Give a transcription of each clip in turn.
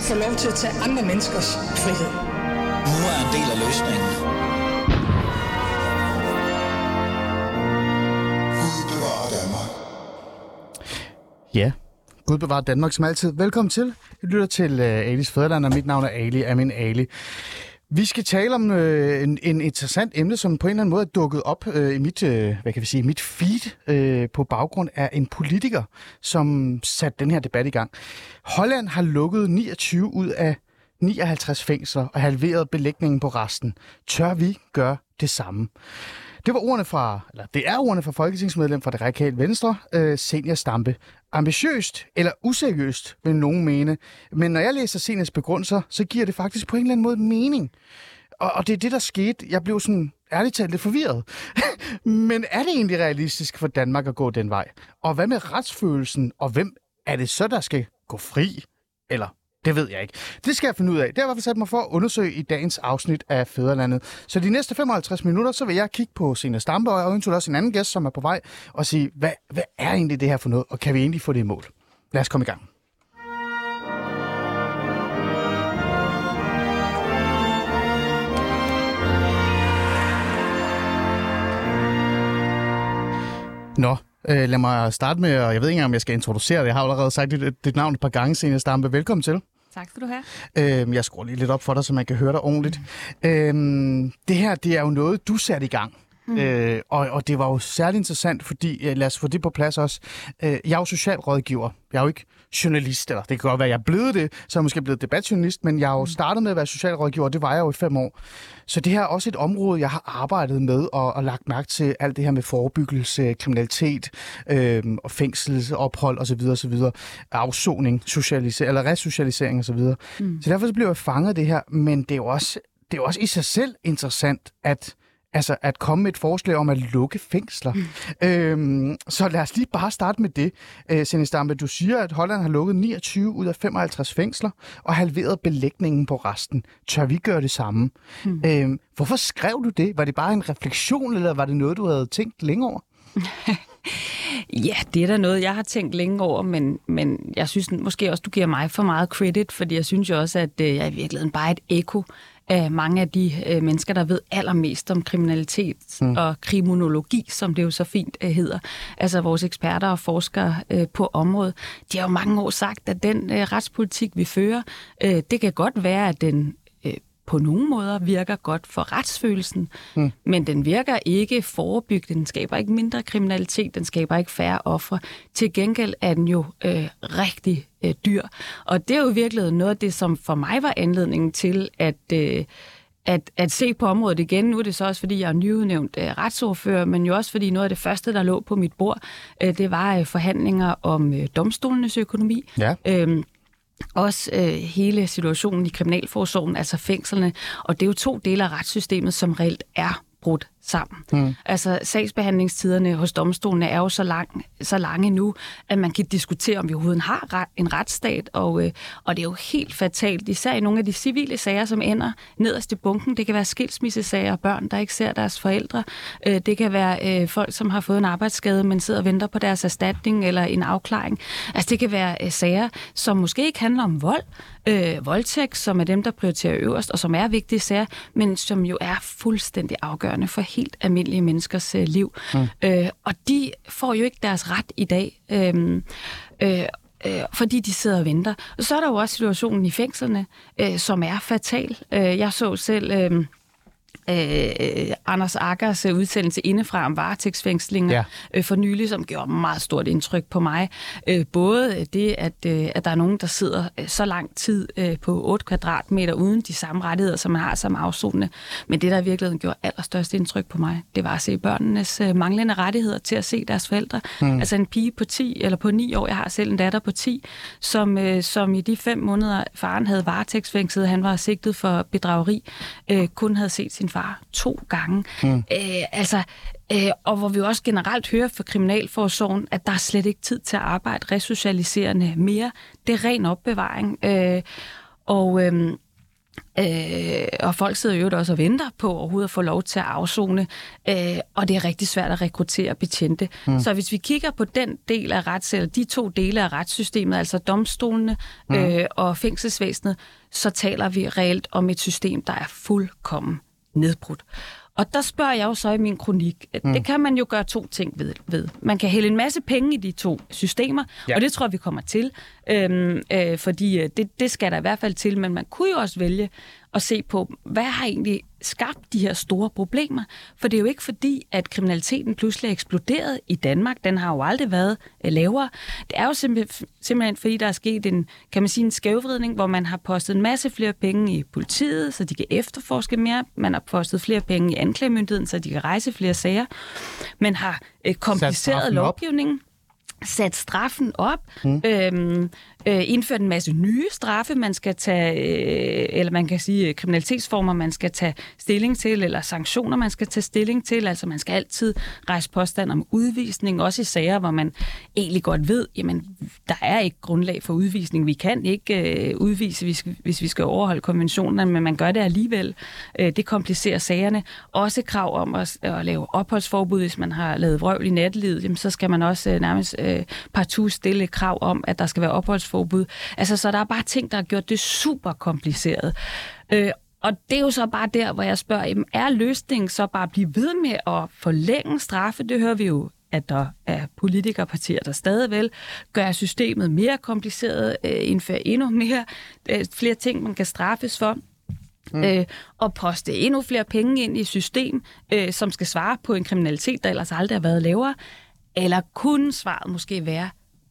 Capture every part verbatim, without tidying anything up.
få lov til at tage andre menneskers frihed. Nu er en del af løsningen. Gud bevarer Danmark. Ja, Gud bevarer Danmark som altid. Velkommen til. Jeg lytter til uh, Alis Fædreland, og mit navn er Ali, Amin Ali. Vi skal tale om øh, en, en interessant emne, som på en eller anden måde er dukket op øh, i mit, øh, hvad kan vi sige, mit feed øh, på baggrund af en politiker, som satte den her debat i gang. Holland har lukket niogtyve ud af nioghalvtreds fængsler og halveret belægningen på resten. Tør vi gøre det samme? Det var ordene fra, eller det er ordene fra folketingsmedlem fra Det Radikale Venstre, øh, Zenia Stampe. Ambitiøst eller useriøst, vil nogen mene. Men når jeg læser Zenias begrundelser, så giver det faktisk på en eller anden måde mening. Og, og det er det, der skete. Jeg blev sådan ærligt talt lidt forvirret. Men er det egentlig realistisk for Danmark at gå den vej? Og hvad med retsfølelsen? Og hvem er det så, der skal gå fri? Eller... Det ved jeg ikke. Det skal jeg finde ud af. Det har jeg i hvert fald sat mig for at undersøge i dagens afsnit af Fædrelandet. Så de næste femoghalvtreds minutter, så vil jeg kigge på Zenia Stampe og eventuelt også en anden gæst, som er på vej, og sige, hvad, hvad er egentlig det her for noget, og kan vi egentlig få det i mål? Lad os komme i gang. Nå. Øh, lad mig starte med, og jeg ved ikke engang, om jeg skal introducere det. Jeg har allerede sagt dit, dit navn et par gange, Zenia Stampe. Velkommen til. Tak skal du have. Øh, jeg skruer lige lidt op for dig, så man kan høre dig ordentligt. Mm. Øh, det her, det er jo noget, du satte i gang. Mm. Øh, og, og det var jo særligt interessant, fordi, lad os få det på plads også, øh, jeg er jo socialrådgiver. Jeg er jo ikke journalist, eller det kan godt være, jeg er blevet det, så er jeg måske blevet debatjournalist, men jeg har jo startet med at være socialrådgiver, og det var jeg jo i fem år. Så det her er også et område, jeg har arbejdet med og, og lagt mærke til alt det her med forebyggelse, kriminalitet øh, og fængselsophold osv. osv. Afsoning, socialisering, eller resocialisering osv. Mm. Så derfor så bliver jeg fanget af det her, men det er jo også, det er jo også i sig selv interessant, at Altså at komme med et forslag om at lukke fængsler. Mm. Øhm, så lad os lige bare starte med det. Øh, Zenia Stampe, du siger, at Holland har lukket niogtyve ud af femoghalvtreds fængsler og halveret belægningen på resten. Tør vi gøre det samme? Mm. Øhm, hvorfor skrev du det? Var det bare en refleksion, eller var det noget, du havde tænkt længe over? Ja, det er da noget, jeg har tænkt længe over, men, men jeg synes måske også, du giver mig for meget credit, fordi jeg synes jo også, at øh, jeg er i virkeligheden bare et ekko af mange af de øh, mennesker, der ved allermest om kriminalitet mm. og kriminologi, som det jo så fint øh, hedder. Altså vores eksperter og forskere øh, på området. De har jo mange år sagt, at den øh, retspolitik, vi fører, øh, det kan godt være, at den øh, på nogle måder virker godt for retsfølelsen, mm. men den virker ikke forebyggende, den skaber ikke mindre kriminalitet, den skaber ikke færre ofre. Til gengæld er den jo øh, rigtig øh, dyr. Og det er jo virkelig noget af det, som for mig var anledningen til at, øh, at, at se på området igen. Nu er det så også, fordi jeg er nyudnævnt øh, retsordfører, men jo også fordi noget af det første, der lå på mit bord, øh, det var øh, forhandlinger om øh, domstolenes økonomi. Ja. Øh, Også øh, hele situationen i kriminalforsorgen, altså fængslerne, og det er jo to dele af retssystemet, som reelt er brudt sammen. Mm. Altså sagsbehandlingstiderne hos domstolene er jo så, lang, så lange nu, at man kan diskutere, om vi overhovedet har ret, en retsstat, og, øh, og det er jo helt fatalt, især i nogle af de civile sager, som ender nederst i bunken. Det kan være skilsmissesager, børn, der ikke ser deres forældre. Øh, det kan være øh, folk, som har fået en arbejdsskade, men sidder og venter på deres erstatning eller en afklaring. Altså det kan være øh, sager, som måske ikke handler om vold, øh, voldtægt, som er dem, der prioriterer øverst, og som er vigtige sager, men som jo er fuldstændig afgørende for helt almindelige menneskers øh, liv. Mm. Øh, og de får jo ikke deres ret i dag, øh, øh, øh, fordi de sidder og venter. Og så er der jo også situationen i fængslerne, øh, som er fatal. Øh, jeg så selv... Øh, Øh, Anders Aggers udsendelse indefra om varetægtsfængslinger ja. øh, for nylig, som gjorde meget stort indtryk på mig. Øh, både det, at, øh, at der er nogen, der sidder øh, så lang tid øh, på otte kvadratmeter uden de samme rettigheder, som man har som afsonende. Men det, der i virkeligheden gjorde allerstørst indtryk på mig, det var at se børnenes øh, manglende rettigheder til at se deres forældre. Mm. Altså en pige på ti eller på ni år, jeg har selv en datter på ti, som, øh, som i de fem måneder, faren havde varetægtsfængslet, han var sigtet for bedrageri, øh, kun havde set sin far to gange. Mm. Øh, altså, øh, og hvor vi også generelt hører fra kriminalforsorgen, at der er slet ikke tid til at arbejde resocialiserende mere. Det er ren opbevaring. Øh, og, øh, Øh, og folk sidder jo også og venter på overhovedet at få lov til at afzone, øh, og det er rigtig svært at rekruttere betjente. Mm. Så hvis vi kigger på den del af rets, eller de to dele af retssystemet, altså domstolene mm. øh, og fængselsvæsenet, så taler vi reelt om et system, der er fuldkommen nedbrudt. Og der spørger jeg jo så i min kronik, at mm. det kan man jo gøre to ting ved. ved. Man kan hælde en masse penge i de to systemer, ja. og det tror jeg, vi kommer til, øhm, øh, fordi det, det skal der i hvert fald til, men man kunne jo også vælge at se på, hvad har egentlig skabt de her store problemer? For det er jo ikke fordi, at kriminaliteten pludselig er eksploderet i Danmark. Den har jo aldrig været lavere. Det er jo simpelthen, simpelthen fordi, der er sket en, kan man sige, en skævvridning, hvor man har postet en masse flere penge i politiet, så de kan efterforske mere. Man har postet flere penge i anklagemyndigheden, så de kan rejse flere sager. Man har øh, kompliceret lovgivningen. Sat straffen op, mm. øhm, øh, indført en masse nye straffe, man skal tage, øh, eller man kan sige kriminalitetsformer, man skal tage stilling til, eller sanktioner, man skal tage stilling til. Altså man skal altid rejse påstand om udvisning, også i sager, hvor man egentlig godt ved, jamen der er ikke grundlag for udvisning. Vi kan ikke øh, udvise, hvis, hvis vi skal overholde konventionerne, men man gør det alligevel. Øh, det komplicerer sagerne. Også krav om at, at lave opholdsforbud, hvis man har lavet vrøvl i nattelivet, jamen, så skal man også øh, nærmest øh, partout stille krav om, at der skal være opholdsforbud. Altså, så der er bare ting, der har gjort det super kompliceret. Øh, og det er jo så bare der, hvor jeg spørger, jamen, er løsningen så bare at blive ved med at forlænge straffe? Det hører vi jo, at der er politikerpartier, der stadig vil gøre systemet mere kompliceret, øh, indføre endnu mere, øh, flere ting, man kan straffes for. Mm. Øh, og poste endnu flere penge ind i system, øh, som skal svare på en kriminalitet, der ellers aldrig har været lavere. Eller kunne svaret måske være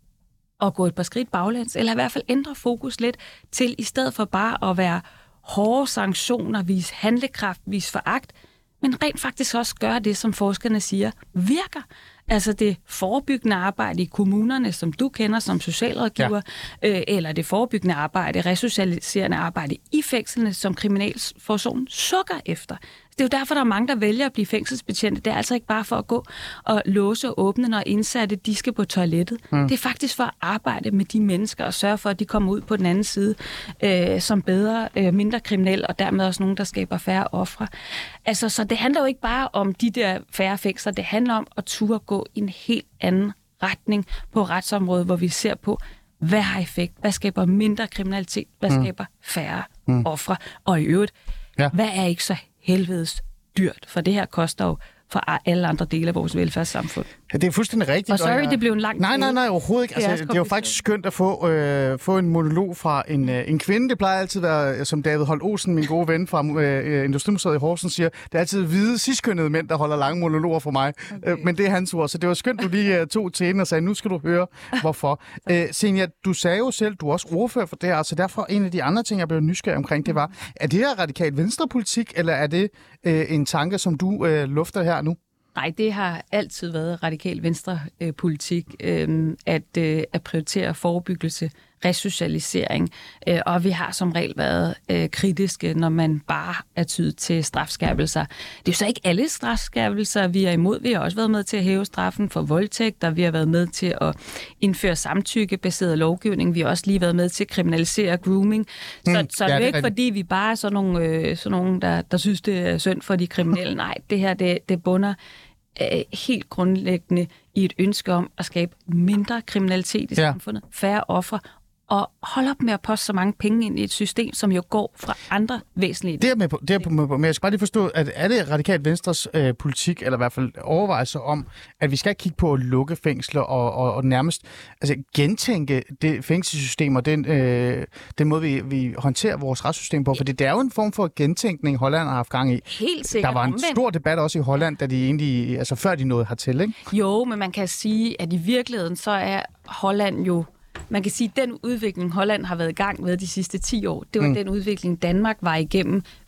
at gå et par skridt baglæns, eller i hvert fald ændre fokus lidt til, i stedet for bare at være hårde sanktioner, vise handlekraft, vise foragt, men rent faktisk også gøre det, som forskerne siger, virker. Altså det forebyggende arbejde i kommunerne, som du kender som socialrådgiver, ja. øh, eller det forebyggende arbejde, resocialiserende arbejde i fængslerne, som kriminalforsorgen sukker efter. Det er jo derfor, der er mange, der vælger at blive fængselsbetjente. Det er altså ikke bare for at gå og låse og åbne, når indsatte de skal på toilettet. Mm. Det er faktisk for at arbejde med de mennesker og sørge for, at de kommer ud på den anden side øh, som bedre, øh, mindre kriminelle, og dermed også nogen, der skaber færre ofre. Altså, så det handler jo ikke bare om de der færre fængsler. Det handler om at turde gå i en helt anden retning på retsområdet, hvor vi ser på, hvad har effekt, hvad skaber mindre kriminalitet, hvad mm. skaber færre mm. ofre, og i øvrigt, ja. hvad er ikke så helvedes dyrt, for det her koster jo for alle andre dele af vores velfærdssamfund. Ja, det er fuldstændig rigtigt. Og sorry, det blev en lang Nej, nej, nej, overhovedet ikke. Altså, det er jo faktisk skønt at få, øh, få en monolog fra en, øh, en kvinde. Det plejer altid at være, som David Holt Olsen, min gode ven fra øh, Industrimuseet i Horsens, siger, det er altid hvide, ciskønnede mænd, der holder lange monologer for mig. Okay. Øh, men det er hans ord, så det var skønt, du lige øh, tog til hende og sagde, nu skal du høre, hvorfor. øh, Senja, du sagde jo selv, du er også ordfører for det her, så derfor en af de andre ting, jeg blev nysgerrig omkring, det var, er det her radikalt venstrepolitik, eller er det øh, en tanke, som du øh, lufter her nu? Nej, det har altid været radikal venstre øh, politik, øh, at, øh, at prioritere forebyggelse, resocialisering, øh, og vi har som regel været øh, kritiske, når man bare er tydet til strafskærpelser. Det er jo så ikke alle strafskærpelser, vi er imod. Vi har også været med til at hæve straffen for voldtægt, og vi har været med til at indføre samtykkebaseret lovgivning. Vi har også lige været med til at kriminalisere grooming. Så, mm, så ja, det er jo ikke, fordi vi bare er sådan nogle, øh, sådan nogle der, der synes, det er synd for de kriminelle. Nej, det her, det, det bunder øh, helt grundlæggende i et ønske om at skabe mindre kriminalitet i ja. samfundet, færre ofre, og hold op med at poste så mange penge ind i et system, som jo går fra andre væsentlige... Det er med på, det er på, med på, men jeg skal bare lige forstå, at er det radikalt venstres øh, politik, eller i hvert fald overvejelser om, at vi skal kigge på at lukke fængsler og, og, og nærmest altså, gentænke det fængselssystem og den, øh, den måde, vi, vi håndterer vores retssystem på, for det er jo en form for gentænkning, Holland har haft gang i. Helt sikkert. Der var en omvendt. stor debat også i Holland, da de egentlig, altså før de nåede hertil, ikke? Jo, men man kan sige, at i virkeligheden så er Holland jo man kan sige, at den udvikling, Holland har været i gang med de sidste ti år, det var mm. den udvikling, Danmark var igennem for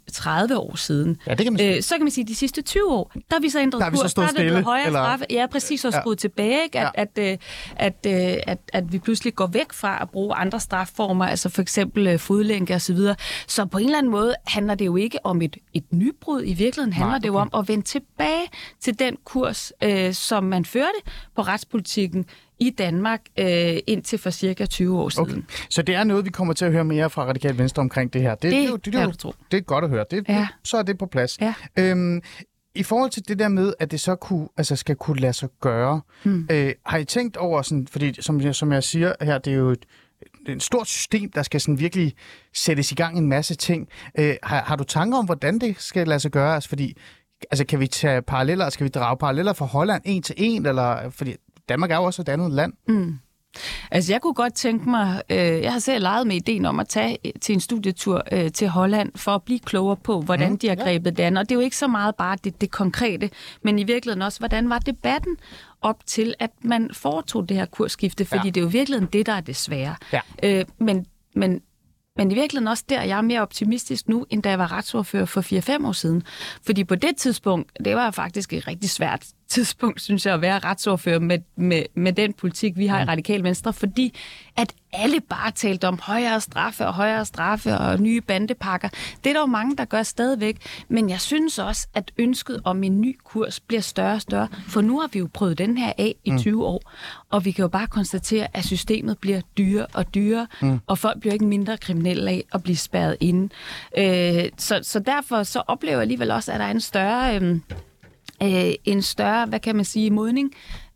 tredive år siden. Ja, det kan man sige. Øh, så kan man sige, at de sidste tyve år, der har vi så ændret der kurs. Så stået der er det blevet højere eller... straffe. Ja, præcis, og skruet ja. tilbage, ikke? At, ja. at, at, at, at, at vi pludselig går væk fra at bruge andre strafformer, altså for eksempel fodlænke og så videre. Så på en eller anden måde handler det jo ikke om et, et nybrud. I virkeligheden handler Nej, okay. det jo om at vende tilbage til den kurs, øh, som man førte på retspolitikken i Danmark øh, indtil for cirka tyve år siden. Okay. Så det er noget, vi kommer til at høre mere fra Radikale Venstre omkring det her. Det, det, det, det, det, det, det er godt at høre. Det, ja. det, så er det på plads. Ja. Øhm, I forhold til det der med, at det så kunne, altså skal kunne lade sig gøre, hmm. øh, har I tænkt over, sådan, fordi som jeg, som jeg siger her, det er jo et, det er et stort system, der skal sådan virkelig sættes i gang en masse ting. Øh, har, har du tanker om, hvordan det skal lade sig gøre? Altså, fordi, altså kan vi tage paralleller, skal vi drage paralleller fra Holland en til en, eller fordi Danmark er jo også et andet land. Mm. Altså, jeg kunne godt tænke mig, øh, jeg har selv leget med ideen om at tage til en studietur øh, til Holland for at blive klogere på, hvordan mm, de har grebet ja. det an. Og det er jo ikke så meget bare det, det konkrete, men i virkeligheden også, hvordan var debatten op til, at man foretog det her kursskifte, fordi ja. det er jo i virkeligheden det, der er det svære. Ja. Øh, men, men Men i virkeligheden også der, jeg er mere optimistisk nu, end da jeg var retsordfører for fire fem år siden. Fordi på det tidspunkt, det var faktisk et rigtig svært tidspunkt, synes jeg, at være retsordfører med, med, med den politik, vi har i Radikale Venstre, fordi at alle bare talte om højere straffe og højere straffe og nye bandepakker. Det er der jo mange, der gør stadigvæk. Men jeg synes også, at ønsket om en ny kurs bliver større og større, for nu har vi jo prøvet den her af i tyve år, og vi kan jo bare konstatere, at systemet bliver dyrere og dyrere, mm. og folk bliver ikke mindre kriminelle af at blive spærret inde. Øh, så, så derfor så oplever jeg alligevel også, at der er en større... Øh, Øh, en større, hvad kan man sige, modning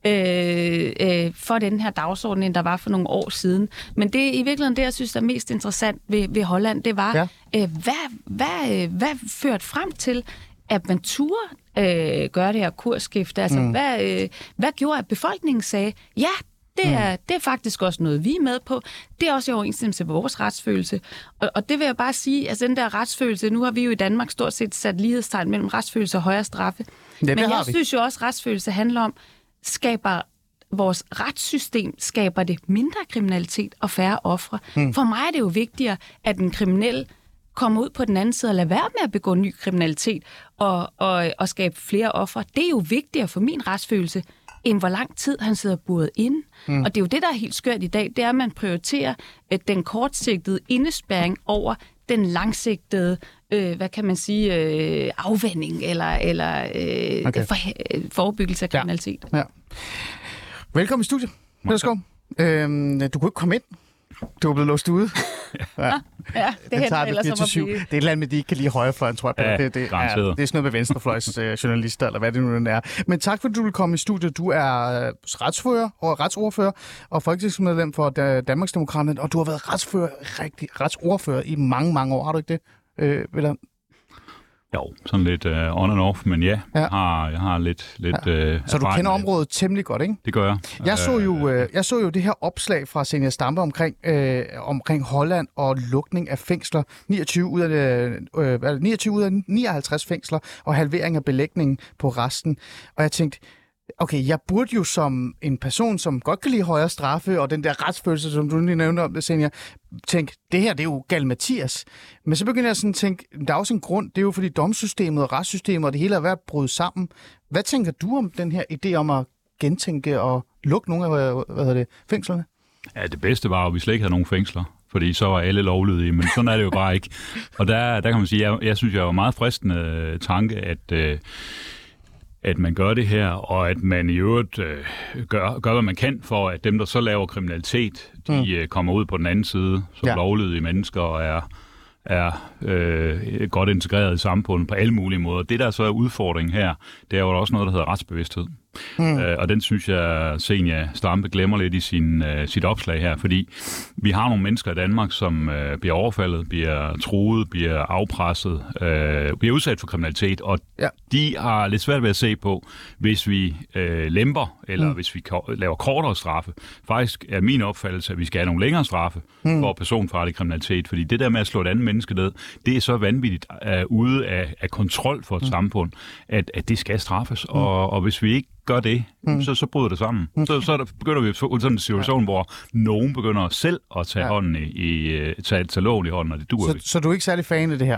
øh, øh, for den her dagsorden, end der var for nogle år siden. Men det i virkeligheden, det jeg synes er mest interessant ved, ved Holland, det var, ja. øh, hvad, hvad, hvad førte frem til, at man turde øh, gøre det her kursskifte? Altså, mm. hvad, øh, hvad gjorde, at befolkningen sagde, ja, Det er, det er faktisk også noget, vi er med på. Det er også i overensstemmelse med vores retsfølelse. Og, og det vil jeg bare sige, altså den der retsfølelse, nu har vi jo i Danmark stort set sat lighedstegn mellem retsfølelse og højere straffe. Ja, men jeg synes jo også, at retsfølelse handler om, skaber vores retssystem, skaber det mindre kriminalitet og færre ofre. Hmm. For mig er det jo vigtigere, at en kriminel kommer ud på den anden side og lader være med at begå ny kriminalitet og, og, og skabe flere ofre. Det er jo vigtigere for min retsfølelse, end hvor lang tid han sidder buret inde. Mm. Og det er jo det, der er helt skørt i dag, det er, at man prioriterer øh, den kortsigtede indespærring over den langsigtede, øh, hvad kan man sige, øh, afvanding eller, eller øh, okay. for, øh, forebyggelse af kriminalitet. Ja. Ja. Velkommen i studiet, Peter Skov. Øhm, du kunne ikke komme ind. Du er blevet låst ude. Ja, ja det hænder ellers som at blive... Det er et eller andet med, de ikke kan lide højrefløjen, tror jeg. Ja, det, det, er, det er sådan noget med venstrefløjs øh, journalister, eller hvad det nu er. Men tak, fordi du vil komme i studiet. Du er øh, retsfører og retsordfører og folketingsmedlem for Danmarksdemokraterne, og du har været retsfører, rigtig retsordfører i mange, mange år. Har du ikke det, øh, Wilhelm? Jo, sådan lidt uh, on and off, men ja, ja. Jeg, har, jeg har lidt, lidt ja. uh, Så du kender området temmelig godt, ikke? Det gør jeg. Jeg så jo, øh, jeg så jo det her opslag fra Zenia Stampe omkring, øh, omkring Holland og lukning af fængsler. niogtyve ud af, øh, niogtyve ud af nioghalvtreds fængsler og halvering af belægningen på resten. Og jeg tænkte, okay, jeg burde jo som en person, som godt kan lide højere straffe, og den der retsfølelse, som du lige nævnte om det, Zenia, tænke, det her, det er jo gal Mathias. Men så begynder jeg sådan at tænke, der er også en grund, det er jo fordi domssystemet og retssystemet og det hele er ved at bryde sammen. Hvad tænker du om den her idé om at gentænke og lukke nogle af hvad hedder det, fængslerne? Ja, det bedste var jo, at vi slet ikke havde nogen fængsler, fordi så var alle lovlydige, men sådan er det jo bare ikke. Og der, der kan man sige, jeg, jeg synes, jeg var meget fristende tanke, at øh, at man gør det her, og at man i øvrigt øh, gør, gør, hvad man kan for, at dem, der så laver kriminalitet, de mm. øh, kommer ud på den anden side som ja. lovlydige mennesker og er, er øh, godt integreret i samfundet på alle mulige måder. Det, der så er udfordringen her, det er jo også noget, der hedder retsbevidsthed. Mm. Øh, og den synes jeg, Zenia Stampe glemmer lidt i sin, øh, sit opslag her, fordi vi har nogle mennesker i Danmark, som øh, bliver overfaldet, bliver truet, bliver afpresset, øh, bliver udsat for kriminalitet, og ja. de har lidt svært ved at se på, hvis vi øh, lemper, eller mm. hvis vi ko- laver kortere straffe. Faktisk er min opfattelse, at vi skal have nogle længere straffe mm. for personfarlig kriminalitet, fordi det der med at slå et andet menneske ned, det er så vanvittigt øh, ude af, af kontrol for et mm. samfund, at, at det skal straffes, mm. og, og hvis vi ikke gør det, mm. så, så bryder det sammen. Mm. Så, så der begynder vi at få sådan en situation, ja. hvor nogen begynder selv at tage, ja. hånden i, i, tage, tage loven i hånden, og det duer så, ikke. Så du er ikke særlig fan af det her? Nej.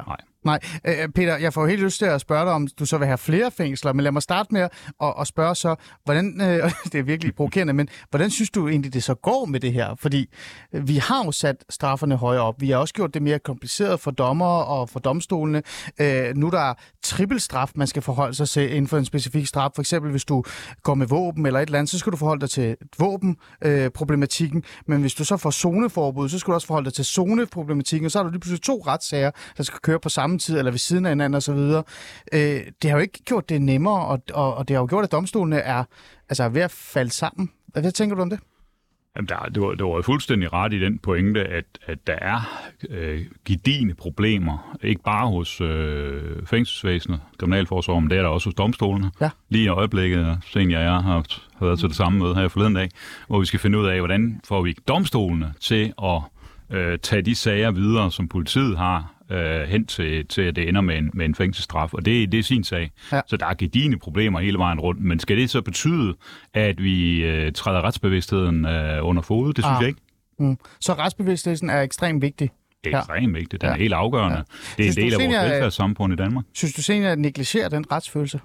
Nej, øh, Peter, jeg får helt lyst til at spørge dig, om du så vil have flere fængsler, men lad mig starte med at, at spørge så, hvordan, øh, det er virkelig provokerende, men hvordan synes du egentlig, det så går med det her? Fordi vi har jo sat strafferne højere op. Vi har også gjort det mere kompliceret for dommere og for domstolene. Øh, nu er der trippelstraf, man skal forholde sig til inden for en specifik straf. For eksempel, hvis du går med våben eller et eller andet, så skal du forholde dig til våbenproblematikken. Øh, men hvis du så får zoneforbud, så skal du også forholde dig til zoneproblematikken, og så har du lige pludselig to retssager, der skal køre på samme tid eller ved siden af hinanden osv. Øh, det har jo ikke gjort det nemmere, og, og, og det har jo gjort, at domstolene er altså, ved at falde sammen. Hvad tænker du om det? Jamen, der, det, var, det var fuldstændig ret i den pointe, at, at der er øh, gedigne problemer, ikke bare hos øh, fængselsvæsenet, kriminalforsorgen, men det er der også hos domstolene. Ja. Lige i øjeblikket, Senior og jeg har, har været til det samme møde her forleden dag, hvor vi skal finde ud af, hvordan får vi domstolene til at øh, tage de sager videre, som politiet har, øh, hen til, til, at det ender med en, med en fængselsstraf. Og det, det er sin sag. Ja. Så der er gedigne problemer hele vejen rundt. Men skal det så betyde, at vi øh, træder retsbevidstheden øh, under fod? Det synes ah. jeg ikke. Mm. Så retsbevidstheden er ekstremt vigtig? Det er ekstremt vigtigt. Den er ja. helt afgørende. Ja. Det er synes en del af vores velfærdssamfund i Danmark. Synes du senere at negligere den retsfølelse?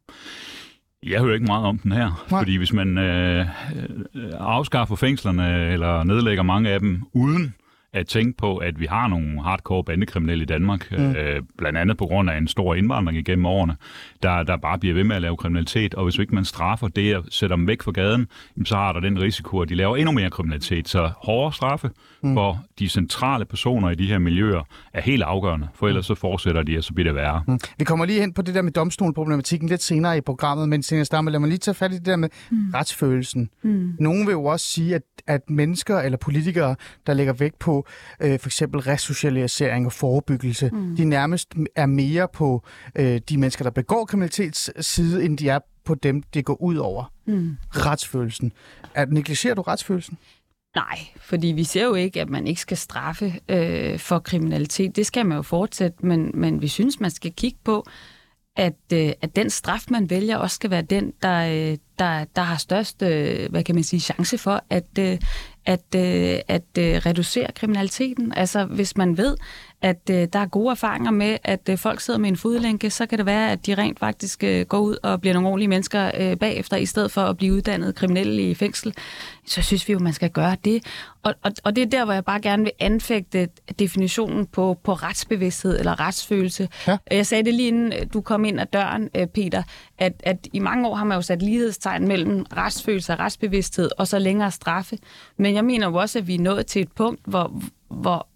Jeg hører ikke meget om den her, Nej. fordi hvis man øh, afskaffer fængslerne eller nedlægger mange af dem uden at tænke på, at vi har nogle hardcore bandekriminelle i Danmark, mm. øh, blandt andet på grund af en stor indvandring igennem årene, der, der bare bliver ved med at lave kriminalitet, og hvis ikke man straffer det og sætter dem væk fra gaden, så har der den risiko, at de laver endnu mere kriminalitet. Så hårde straffe mm. for de centrale personer i de her miljøer er helt afgørende, for ellers så fortsætter de, og så bliver det værre. Mm. Vi kommer lige hen på det der med domstolproblematikken lidt senere i programmet, men Zenia Stampe, lad mig lige tage fat i det der med mm. retsfølelsen. Mm. Nogen vil jo også sige, at, at mennesker eller politikere, der lægger vægt på øh, for eksempel resocialisering og forebyggelse, mm. de nærmest er mere på øh, de mennesker, der begår kriminalitets side, end de er på dem, det går ud over. Mm. Retsfølelsen. Er, negligerer du retsfølelsen? Nej, fordi vi ser jo ikke, at man ikke skal straffe øh, for kriminalitet. Det skal man jo fortsætte, men, men vi synes, man skal kigge på, at, øh, at den straf, man vælger, også skal være den, der, øh, der, der har størst øh, hvad kan man sige, chance for at, øh, at, øh, at øh, reducere kriminaliteten. Altså, hvis man ved, at øh, der er gode erfaringer med, at øh, folk sidder med en fodlænke, så kan det være, at de rent faktisk øh, går ud og bliver nogle ordentlige mennesker øh, bagefter, i stedet for at blive uddannet kriminelle i fængsel. Så synes vi jo, man skal gøre det. Og, og, og det er der, hvor jeg bare gerne vil anfægte definitionen på, på retsbevidsthed eller retsfølelse. Ja. Jeg sagde det lige inden du kom ind ad døren, Peter, at, at i mange år har man jo sat lighedstegn mellem retsfølelse og retsbevidsthed, og så længere straffe. Men jeg mener jo også, at vi er nået til et punkt, hvor, hvor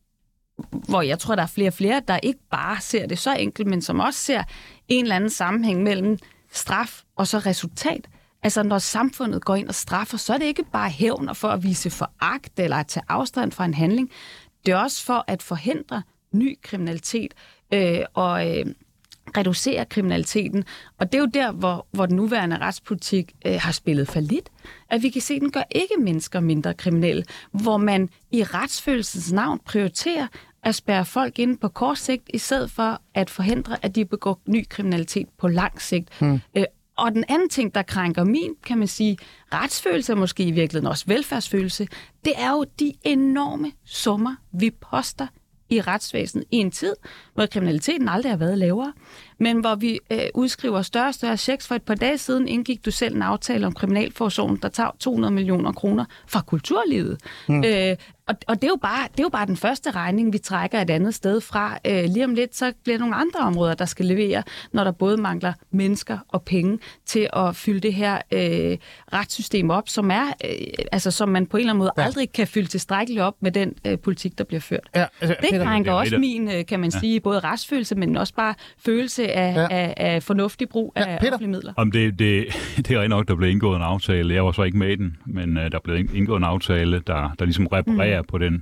hvor jeg tror, der er flere og flere, der ikke bare ser det så enkelt, men som også ser en eller anden sammenhæng mellem straf og så resultat. Altså, når samfundet går ind og straffer, så er det ikke bare hævn for at vise foragt eller at tage afstand fra en handling. Det er også for at forhindre ny kriminalitet øh, og øh, reducere kriminaliteten. Og det er jo der, hvor, hvor den nuværende retspolitik øh, har spillet fallit. At vi kan se, at den gør ikke mennesker mindre kriminelle, hvor man i retsfølelsens navn prioriterer at spærre folk inde på kort sigt, i stedet for at forhindre, at de begår ny kriminalitet på lang sigt. Hmm. Øh, og den anden ting, der krænker min, kan man sige, retsfølelse, måske i virkeligheden også velfærdsfølelse, det er jo de enorme summer, vi poster i retsvæsenet i en tid, hvor kriminaliteten aldrig har været lavere, men hvor vi øh, udskriver større og større checks. For et par dage siden indgik du selv en aftale om kriminalforsorgen, der tager to hundrede millioner kroner fra kulturlivet. Mm. Øh, og og det, er jo bare, det er jo bare den første regning, vi trækker et andet sted fra. Øh, lige om lidt, så bliver der nogle andre områder, der skal levere, når der både mangler mennesker og penge til at fylde det her øh, retssystem op, som er, øh, altså som man på en eller anden måde ja. aldrig kan fylde tilstrækkeligt op med den øh, politik, der bliver ført. Ja, altså, det krænker også min, øh, kan man ja. sige, både retsfølelse, men også bare følelse af, ja. af, af fornuftig brug ja, af Peter. offentlige midler. Om det, det, det er nok, der blev indgået en aftale. Jeg var så ikke med i den, men uh, der blev indgået en aftale, der, der ligesom reparerer mm. på den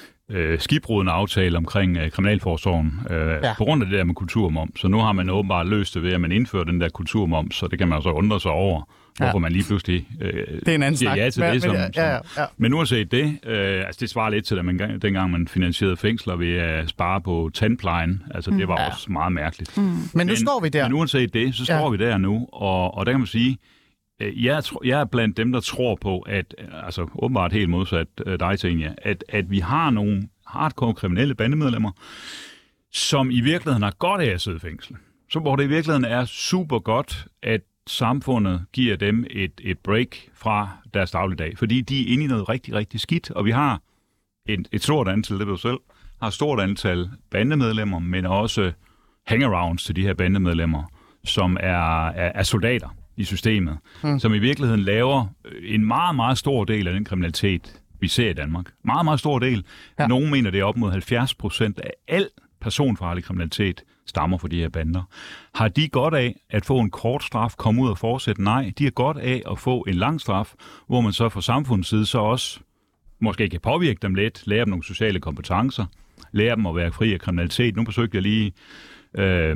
øh, skibbrudende aftale omkring øh, kriminalforsorgen øh, ja. på grund af det der med kulturmoms. Så nu har man åbenbart løst det ved, at man indfører den der kulturmoms, så det kan man så undre sig over, ja. hvorfor man lige pludselig øh, det er en anden siger snak. ja til men, det. Som, men, ja, ja, ja. men nu har set det, øh, altså det svarer lidt til, at man, dengang man finansierede fængsler ved at spare på tandplejen. Altså det var mm. også meget mærkeligt. Mm. Men, men nu står vi der. Men uanset det, så står ja. vi der nu, og, og der kan man sige, Jeg, tro, jeg er blandt dem, der tror på, at, altså åbenbart helt modsat dig, Zenia, at, at vi har nogle hardcore kriminelle bandemedlemmer, som i virkeligheden har godt af at sidde i fængsel. Så hvor det i virkeligheden er super godt, at samfundet giver dem et, et break fra deres dagligdag, fordi de er inde i noget rigtig, rigtig skidt, og vi har et, et stort antal, det ved du selv, har et stort antal bandemedlemmer, men også hangarounds til de her bandemedlemmer, som er, er, er soldater i systemet, mm. som i virkeligheden laver en meget, meget stor del af den kriminalitet, vi ser i Danmark. Meget, meget stor del. Ja. Nogle mener, det er op mod halvfjerds procent af al personfarlig kriminalitet stammer fra de her bander. Har de godt af at få en kort straf, komme ud og fortsætte? Nej, de har godt af at få en lang straf, hvor man så fra samfundets side så også måske kan påvirke dem lidt, lære dem nogle sociale kompetencer, lære dem at være fri af kriminalitet. Nu besøgte jeg lige øh,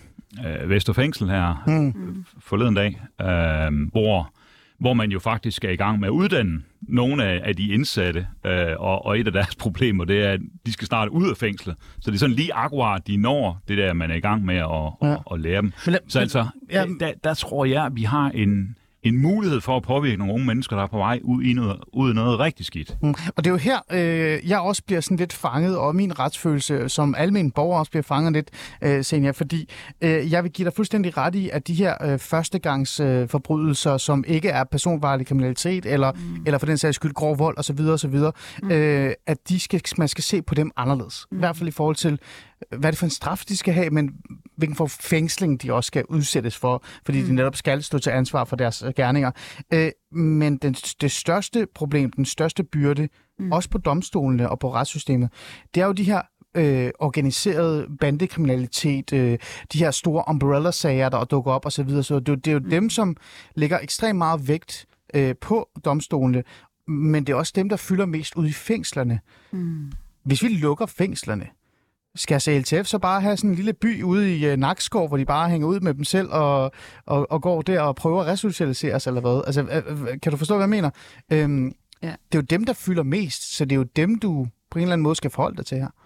øh, Vesterfængsel her mm. forleden dag, øh, hvor, hvor man jo faktisk er i gang med at uddanne nogle af, af de indsatte, øh, og, og et af deres problemer, det er, at de skal snart ud af fængslet. Så det er sådan lige akkurat, de når det der, man er i gang med at, ja. at, at lære dem. Så altså, ja. der, der tror jeg, at vi har en... en mulighed for at påvirke nogle unge mennesker, der er på vej ud i noget, ud i noget rigtig skidt. Mm. Og det er jo her, øh, jeg også bliver sådan lidt fanget, og min retsfølelse som almen borger også bliver fanget lidt, øh, Zenia, fordi øh, jeg vil give dig fuldstændig ret i, at de her øh, førstegangsforbrydelser, øh, som ikke er personfarlig kriminalitet, eller, mm. eller for den sags skyld grov vold osv., osv., mm. øh, at de skal, man skal se på dem anderledes. Mm. I hvert fald i forhold til, hvad er det for en straf, de skal have, men hvilken for fængsling de også skal udsættes for, fordi mm. de netop skal stå til ansvar for deres gerninger. Øh, men den, det største problem, den største byrde, mm. også på domstolene og på retssystemet, det er jo de her øh, organiserede bandekriminalitet, øh, de her store umbrella-sager, der dukker op osv. Så det, det er jo mm. dem, som lægger ekstremt meget vægt øh, på domstolene, men det er også dem, der fylder mest ud i fængslerne. Mm. Hvis vi lukker fængslerne, skal C L T F så bare have sådan en lille by ude i uh, Nakskov, hvor de bare hænger ud med dem selv og, og, og går der og prøver at resocialiseres eller hvad? Altså, øh, kan du forstå, hvad jeg mener? Øhm, ja. Det er jo dem, der fylder mest, så det er jo dem, du på en eller anden måde skal forholde dig til her.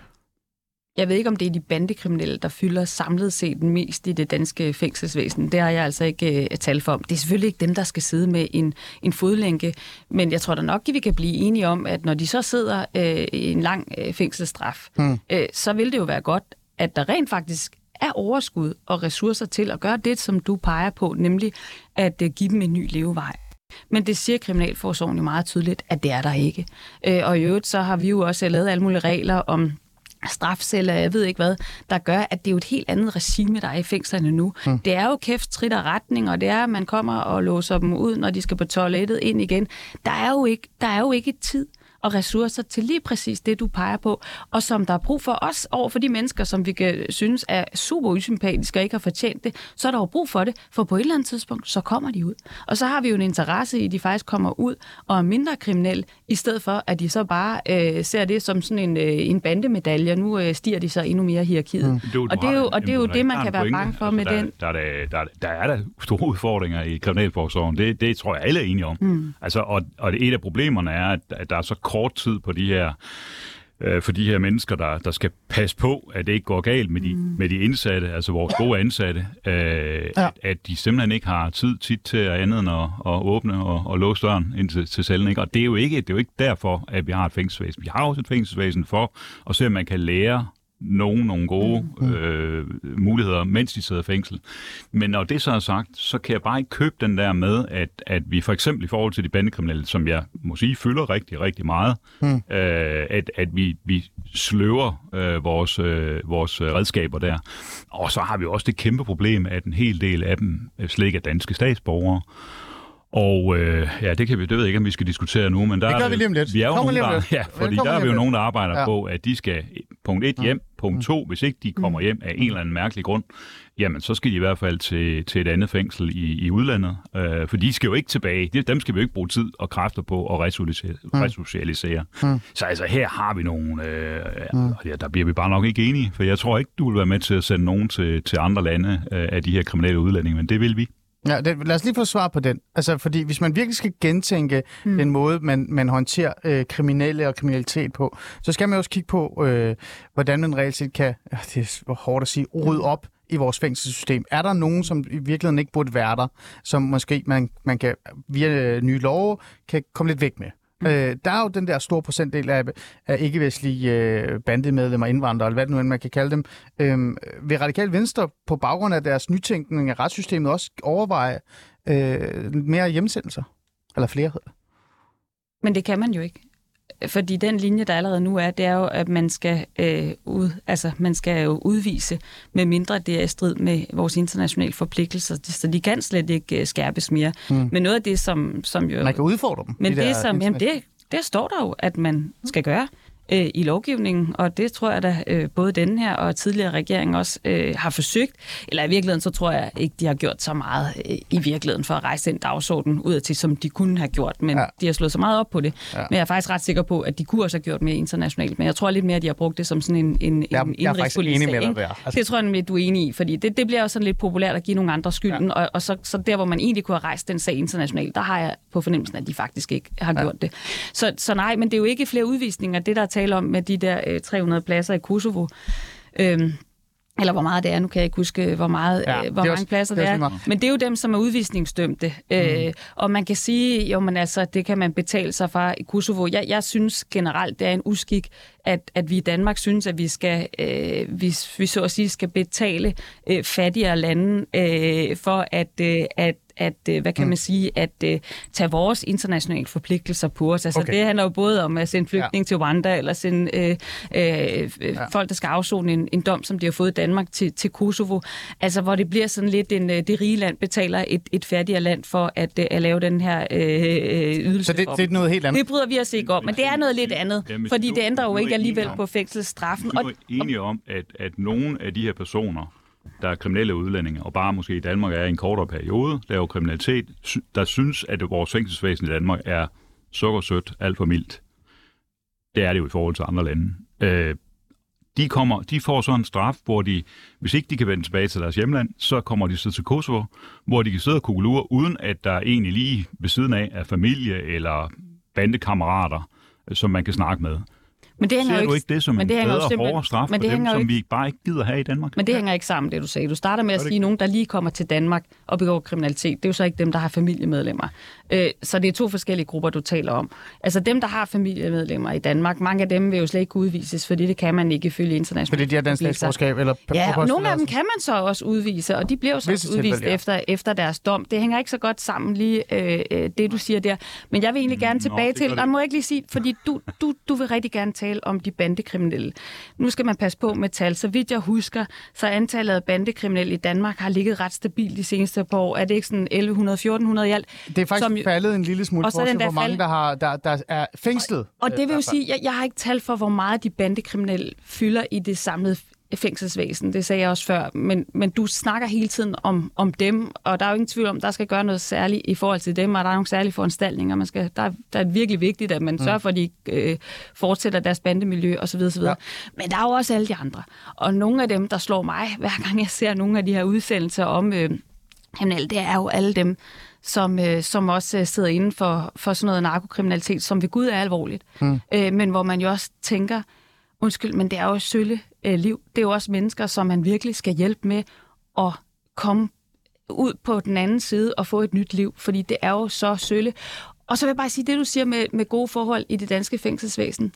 Jeg ved ikke, om det er de bandekriminelle, der fylder samlet set mest i det danske fængselsvæsen. Det har jeg altså ikke uh, tal for om. Det er selvfølgelig ikke dem, der skal sidde med en, en fodlænke, men jeg tror da nok, at vi kan blive enige om, at når de så sidder uh, i en lang uh, fængselsstraf, hmm. uh, så vil det jo være godt, at der rent faktisk er overskud og ressourcer til at gøre det, som du peger på, nemlig at uh, give dem en ny levevej. Men det siger Kriminalforsorgen jo meget tydeligt, at det er der ikke. Uh, og i øvrigt så har vi jo også lavet alle mulige regler om strafceller, jeg ved ikke hvad, der gør, at det er jo et helt andet regime, der er i fængslerne nu. Mm. Det er jo kæft, trit og retning, og det er, at man kommer og låser dem ud, når de skal på toilettet ind igen. Der er jo ikke, der er jo ikke tid og ressourcer til lige præcis det, du peger på, og som der er brug for os over for de mennesker, som vi kan synes er super usympatiske og ikke har fortjent det, så er der jo brug for det, for på et eller andet tidspunkt, så kommer de ud. Og så har vi jo en interesse i, at de faktisk kommer ud og er mindre kriminelle, i stedet for, at de så bare øh, ser det som sådan en, øh, en bandemedalje, og nu øh, stiger de så endnu mere i hierarkiet. Mm. Du, og det er jo, og det, er jo det, man kan være bange for altså, med der, den. Der, der, der, der er der store udfordringer i Kriminalforsorgen. Det, det tror jeg alle er enige om. Mm. Altså, og, og et af problemerne er, at, at der er så kort tid på de her, øh, for de her mennesker, der, der skal passe på, at det ikke går galt med de, mm. med de indsatte, altså vores gode ansatte, øh, ja. at, at de simpelthen ikke har tid tit til at andet end at, at åbne og, og låse døren ind til, til cellen. Ikke? Og det er, jo ikke, det er jo ikke derfor, at vi har et fængselsvæsen. Vi har også et fængselsvæsen for at se, om man kan lære nogen nogle gode mm. øh, muligheder, mens de sidder i fængsel. Men når det så er sagt, så kan jeg bare ikke købe den der med, at, at vi for eksempel i forhold til de bandekriminelle, som jeg må sige, fylder rigtig, rigtig meget, mm. øh, at, at vi, vi sløver øh, vores, øh, vores redskaber der. Og så har vi også det kæmpe problem, at en hel del af dem slet ikke er danske statsborgere. Og øh, ja, det kan vi, det ved jeg ikke, om vi skal diskutere nu, men der det gør vi lige om lidt. Vi er jo nogen, der, ja, fordi der er vi jo nogen, der arbejder ja. på, at de skal punkt et hjem, punkt to, hvis ikke de kommer hjem af en eller anden mærkelig grund, jamen så skal de i hvert fald til, til et andet fængsel i, i udlandet, øh, for de skal jo ikke tilbage. De, dem skal vi jo ikke bruge tid og kræfter på at resocialisere. Mm. resocialisere. Mm. Så altså her har vi nogle, øh, mm. ja, der bliver vi bare nok ikke enige, for jeg tror ikke, du vil være med til at sende nogen til, til andre lande øh, af de her kriminelle udlændinge, men det vil vi. Ja, det, lad os lige få svar på den. Altså, fordi hvis man virkelig skal gentænke mm. den måde, man, man håndterer øh, kriminelle og kriminalitet på, så skal man også kigge på, øh, hvordan man reelt set kan, øh, det er hårdt at sige, rydde op i vores fængselssystem. Er der nogen, som i virkeligheden ikke burde være der, som måske man, man kan via øh, nye love kan komme lidt væk med? Mm. Øh, der er jo den der store procentdel af, af ikke-vestlige øh, bandemedlemmer, indvandrere, eller hvad det nu end man kan kalde dem. Øh, vil Radikale Venstre på baggrund af deres nytænkning af retssystemet også overveje øh, mere hjemsendelser? Eller flere? Men det kan man jo ikke. Fordi den linje, der allerede nu er, det er jo, at man skal, øh, ud, altså, man skal jo udvise, med mindre det er i strid med vores internationale forpligtelser. Så de kan slet ikke øh, skærpes mere. Mm. Men noget af det, som, som jo... Man kan udfordre dem. Men de det, som, jamen det, det står der jo, at man skal gøre øh, i lovgivningen, og det tror jeg da øh, både denne her og tidligere regering også øh, har forsøgt. Eller i virkeligheden, så tror jeg ikke, de har gjort så meget øh, i virkeligheden for at rejse den dagsorden ud til, som de kunne have gjort. Men ja. de har slået så meget op på det. Ja. Men jeg er faktisk ret sikker på, at de kunne også have gjort mere internationalt. Men jeg tror lidt mere, at de har brugt det som sådan en, en, jeg, en jeg er faktisk enig med dig der. Altså... Det tror jeg nemlig, du er enig i, fordi det, det bliver jo sådan lidt populært at give nogle andre skylden, ja. og, og så, så der, hvor man egentlig kunne have rejst den sag internationalt, der har jeg på fornemmelsen, at de faktisk ikke har ja. gjort det. Så, så nej, men det er jo ikke flere udvisninger, det der er tale om med de der tre hundrede pladser i Kosovo. Øhm, eller hvor meget det er, nu kan jeg ikke huske, hvor, meget, ja, øh, hvor mange også, pladser det er. Det er. Men det er jo dem, som er udvisningsdømte. Mm. Øh, og man kan sige, jo, men altså, det kan man betale sig fra i Kosovo. Jeg, jeg synes generelt, det er en uskik, at, at vi i Danmark synes, at vi skal, øh, vi, vi så at sige, skal betale øh, fattigere lande øh, for at, øh, at at, hvad kan man sige, at uh, tage vores internationale forpligtelser på os. Altså, okay. Det handler jo både om at sende flygtning ja. til Rwanda, eller sende øh, øh, ja. folk, der skal afzone en, en dom, som de har fået i Danmark, til, til Kosovo. Altså, hvor det bliver sådan lidt, en, det rige land betaler et, et fattigere land for at, at lave den her øh, ydelse. Så det, det er noget helt andet? Det bryder vi os ikke om, men det er noget lidt andet, Jamen, fordi du, det ændrer jo ikke alligevel på fængselsstraffen. Du er enige om, at, at nogle af de her personer, der er kriminelle udlændinge, og bare måske i Danmark er i en kortere periode, laver kriminalitet, der synes, at vores fængselsvæsen i Danmark er sukkersødt, alt for mildt. Det er det jo i forhold til andre lande. Øh, de, kommer, de får sådan en straf, hvor de, hvis ikke de kan vende tilbage til deres hjemland, så kommer de så til Kosovo, hvor de kan sidde og kugelure, uden at der egentlig lige ved siden af er familie eller bandekammerater, som man kan snakke med. Men det hænger Ser jo du ikke det som en bedre og hårdere straf for dem, som ikke... vi bare ikke gider have i Danmark? Men det hænger ikke sammen, det du sagde. Du starter med at sige, at nogen, der lige kommer til Danmark og begår kriminalitet, det er jo så ikke dem, der har familiemedlemmer. Øh, så det er to forskellige grupper, du taler om. Altså dem, der har familiemedlemmer i Danmark, mange af dem vil jo slet ikke udvises, fordi det kan man ikke ifølge internationalt. Fordi de har dansk statsborgerskab? Eller ja, og nogle af dem kan man så også udvise, og de bliver jo så Visse udvist tilfælde, ja. efter, efter deres dom. Det hænger ikke så godt sammen lige, øh, det du siger der. Men jeg vil egentlig gerne tilbage Nå, til, der må jeg ikke lige sige, fordi du, du, du vil rigtig gerne tale om de bandekriminelle. Nu skal man passe på med tal. Så vidt jeg husker, så antallet af bandekriminelle i Danmark har ligget ret stabilt de seneste par år. Er det ikke sådan elleve hundrede fjorten hundrede i alt? Det er faktisk som, faldet en lille smule for, hvor mange der, har, der, der er fængslet. Og, og det vil jo sige, jeg, jeg har ikke tal for, hvor meget de bandekriminelle fylder i det samlede fængselsvæsen. Det sagde jeg også før. Men, men du snakker hele tiden om, om dem, og der er jo ingen tvivl om, der skal gøre noget særligt i forhold til dem, og der er nogle særlige foranstaltninger. Man skal, der, der er virkelig vigtigt, at man mm. sørger for, at de øh, fortsætter deres bandemiljø osv. osv. Ja. Men der er jo også alle de andre. Og nogle af dem, der slår mig, hver gang jeg ser nogle af de her udsendelser om øh, kriminelle, det er jo alle dem, som, øh, som også øh, sidder inden for, for sådan noget narkokriminalitet, som ved Gud er alvorligt. Mm. Øh, men hvor man jo også tænker, undskyld, men det er jo sølle øh, liv. Det er jo også mennesker, som man virkelig skal hjælpe med at komme ud på den anden side og få et nyt liv, fordi det er jo så sølle. Og så vil jeg bare sige, det du siger med, med gode forhold i det danske fængselsvæsen,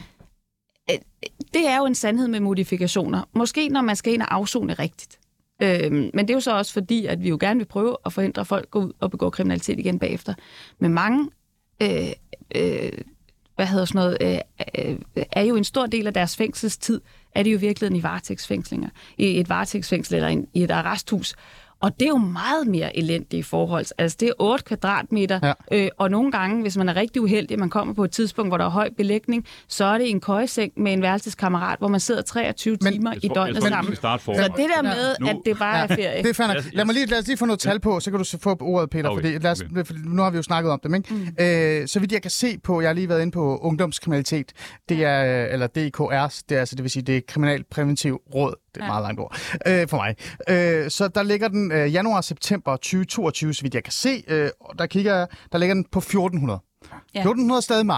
øh, det er jo en sandhed med modifikationer. Måske når man skal ind og afzone rigtigt. Øh, men det er jo så også fordi, at vi jo gerne vil prøve at forhindre folk at gå ud og begå kriminalitet igen bagefter. Men mange... Øh, øh, hvad hedder sådan noget, øh, øh, er jo en stor del af deres fængselstid, er det jo virkelig i varetægtsfængslinger, i et varetægtsfængsel eller en, i et arresthus. Og det er jo meget mere elendige forhold. Altså det er otte kvadratmeter, ja. øh, og nogle gange, hvis man er rigtig uheldig, man kommer på et tidspunkt, hvor der er høj belægning, så er det en køjeseng med en værelseskammerat, hvor man sidder treogtyve men, timer i døgnet tror, sammen. Så det der med, ja. at det bare er ferie. Ja, det er fair nok. Lad, mig lige, lad os lige få noget tal på, så kan du få ordet, Peter, okay. fordi, lad os, okay. fordi nu har vi jo snakket om dem. Ikke? Mm. Øh, så vidt jeg kan se på, jeg har lige været inde på ungdomskriminalitet, det er, eller D K R, det er altså, det vil sige, det er Kriminalpræventiv Råd. Det er et ja. meget langt ord øh, for mig. Øh, så der ligger den øh, januar-september tyve toogtyve, så vidt jeg kan se. Øh, der kigger der ligger den på fjorten hundrede. Ja. fjorten hundrede er stadig mange.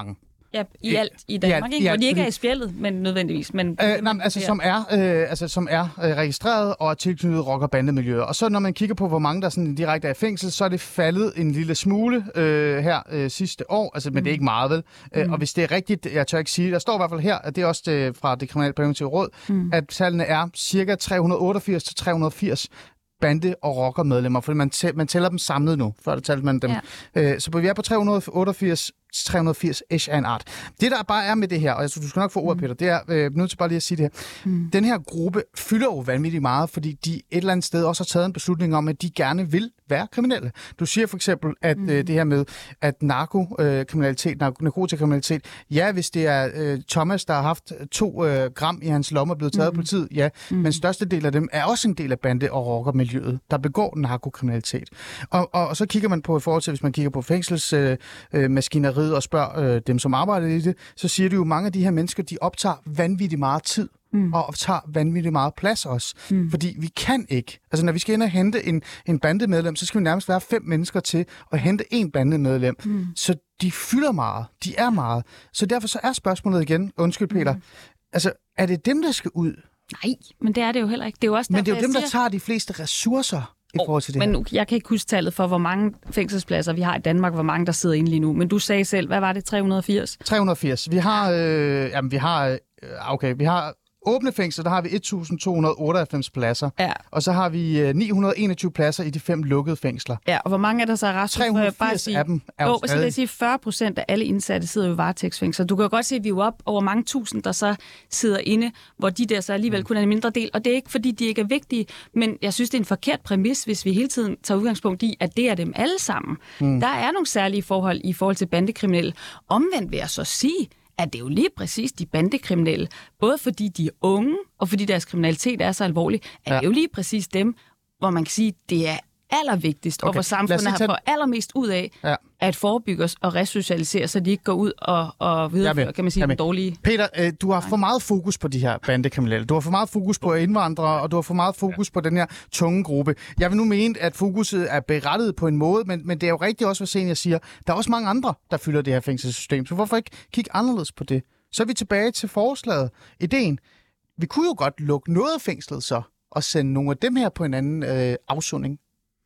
Ja, i alt i Danmark, ja, ikke? ja, Hvor de ikke fordi... er i spjældet, men nødvendigvis. Men... Øh, nej, altså, som er, øh, altså som er øh, registreret og er tilknyttet rock- og bandemiljøer. Og så når man kigger på, hvor mange der sådan direkte er i fængsel, så er det faldet en lille smule øh, her øh, sidste år. Altså, men mm. det er ikke meget, vel? Mm. Øh, og hvis det er rigtigt, jeg tør ikke sige, der står i hvert fald her, at det er også det, fra det kriminalpræventive råd, mm. at tallene er cirka tre hundrede og otteogfirs til tre hundrede og firs bande- og rockermedlemmer, fordi man, tæ- man tæller dem samlet nu. Før det talte man dem. Ja. Øh, så vi er på tre hundrede og otteogfirs til tre hundrede og firs ish af en art. Det, der bare er med det her, og jeg synes, du skal nok få ordet, mm. Peter, det er, øh, nødt til bare lige at sige det her. Mm. Den her gruppe fylder jo vanvittigt meget, fordi de et eller andet sted også har taget en beslutning om, at de gerne vil være kriminelle. Du siger for eksempel, at mm. øh, det her med, at narkokriminalitet, nark- narkotikakriminalitet, ja, hvis det er øh, Thomas, der har haft to øh, gram i hans lomme og blevet taget mm. af politiet, ja, mm. men største del af dem er også en del af bande- og rockermiljøet, der begår narkokriminalitet. Og, og, og så kigger man på, i forhold til, hvis man kigger på fængselsmaskineriet øh, øh, og spørger øh, dem, som arbejder i det, så siger du jo, at mange af de her mennesker, de optager vanvittigt meget tid. Mm. Og optager vanvittigt meget plads også. Mm. Fordi vi kan ikke. Altså, når vi skal ind og hente en, en bandemedlem, så skal vi nærmest være fem mennesker til at hente en bandemedlem. Mm. Så de fylder meget. De er meget. Så derfor så er spørgsmålet igen, undskyld Peter, mm. altså, er det dem, der skal ud? Nej, men det er det jo heller ikke. Det er jo også men derfor, det er jo dem, siger... der tager de fleste ressourcer i forhold til det men her. nu, jeg kan ikke huske tallet for, hvor mange fængselspladser vi har i Danmark, hvor mange der sidder inde lige nu. Men du sagde selv, hvad var det, tre hundrede og firs? tre hundrede og firs. Vi har, øh, jamen, vi har, øh, okay, vi har åbne fængsler, der har vi et tusind to hundrede og otteoghalvfems pladser. Ja. Og så har vi øh, ni hundrede og enogtyve pladser i de fem lukkede fængsler. Ja, og hvor mange er der så, Rasmus? tre hundrede og firs sige, af dem er jo stadig. Jeg sige, fyrre procent af alle indsatte sidder jo i varetægtsfængsler. Du kan jo godt se, at vi er jo op over mange tusind, der så sidder inde, hvor de der så alligevel kun er en mindre del. Og det er ikke, fordi de ikke er vigtige, men jeg synes, det er en forkert præmis, hvis vi hele tiden tager udgangspunkt i, at det er dem alle sammen. Mm. Der er nogle særlige forhold i forhold til bandekriminelle. Omvendt vil jeg så sige, at det er jo lige præcis de bandekriminelle, både fordi de er unge, og fordi deres kriminalitet er så alvorlig, at ja. det er jo lige præcis dem, hvor man kan sige, det er allervigtigst, okay. og hvor samfundet har fået allermest ud af, ja. at forebygge os og resocialisere, så de ikke går ud og, og viderefører, kan man sige, den dårlige... Peter, øh, du har for meget fokus på de her bandekriminelle. Du har for meget fokus på indvandrere, og du har for meget fokus ja. på den her tunge gruppe. Jeg vil nu mene, at fokuset er berettet på en måde, men, men det er jo rigtigt også, hvad Senior siger. Der er også mange andre, der fylder det her fængselssystem, så hvorfor ikke kigge anderledes på det? Så er vi tilbage til forslaget. Ideen. Vi kunne jo godt lukke noget af fængslet så, og sende nogle af dem her på en anden øh, afsoning.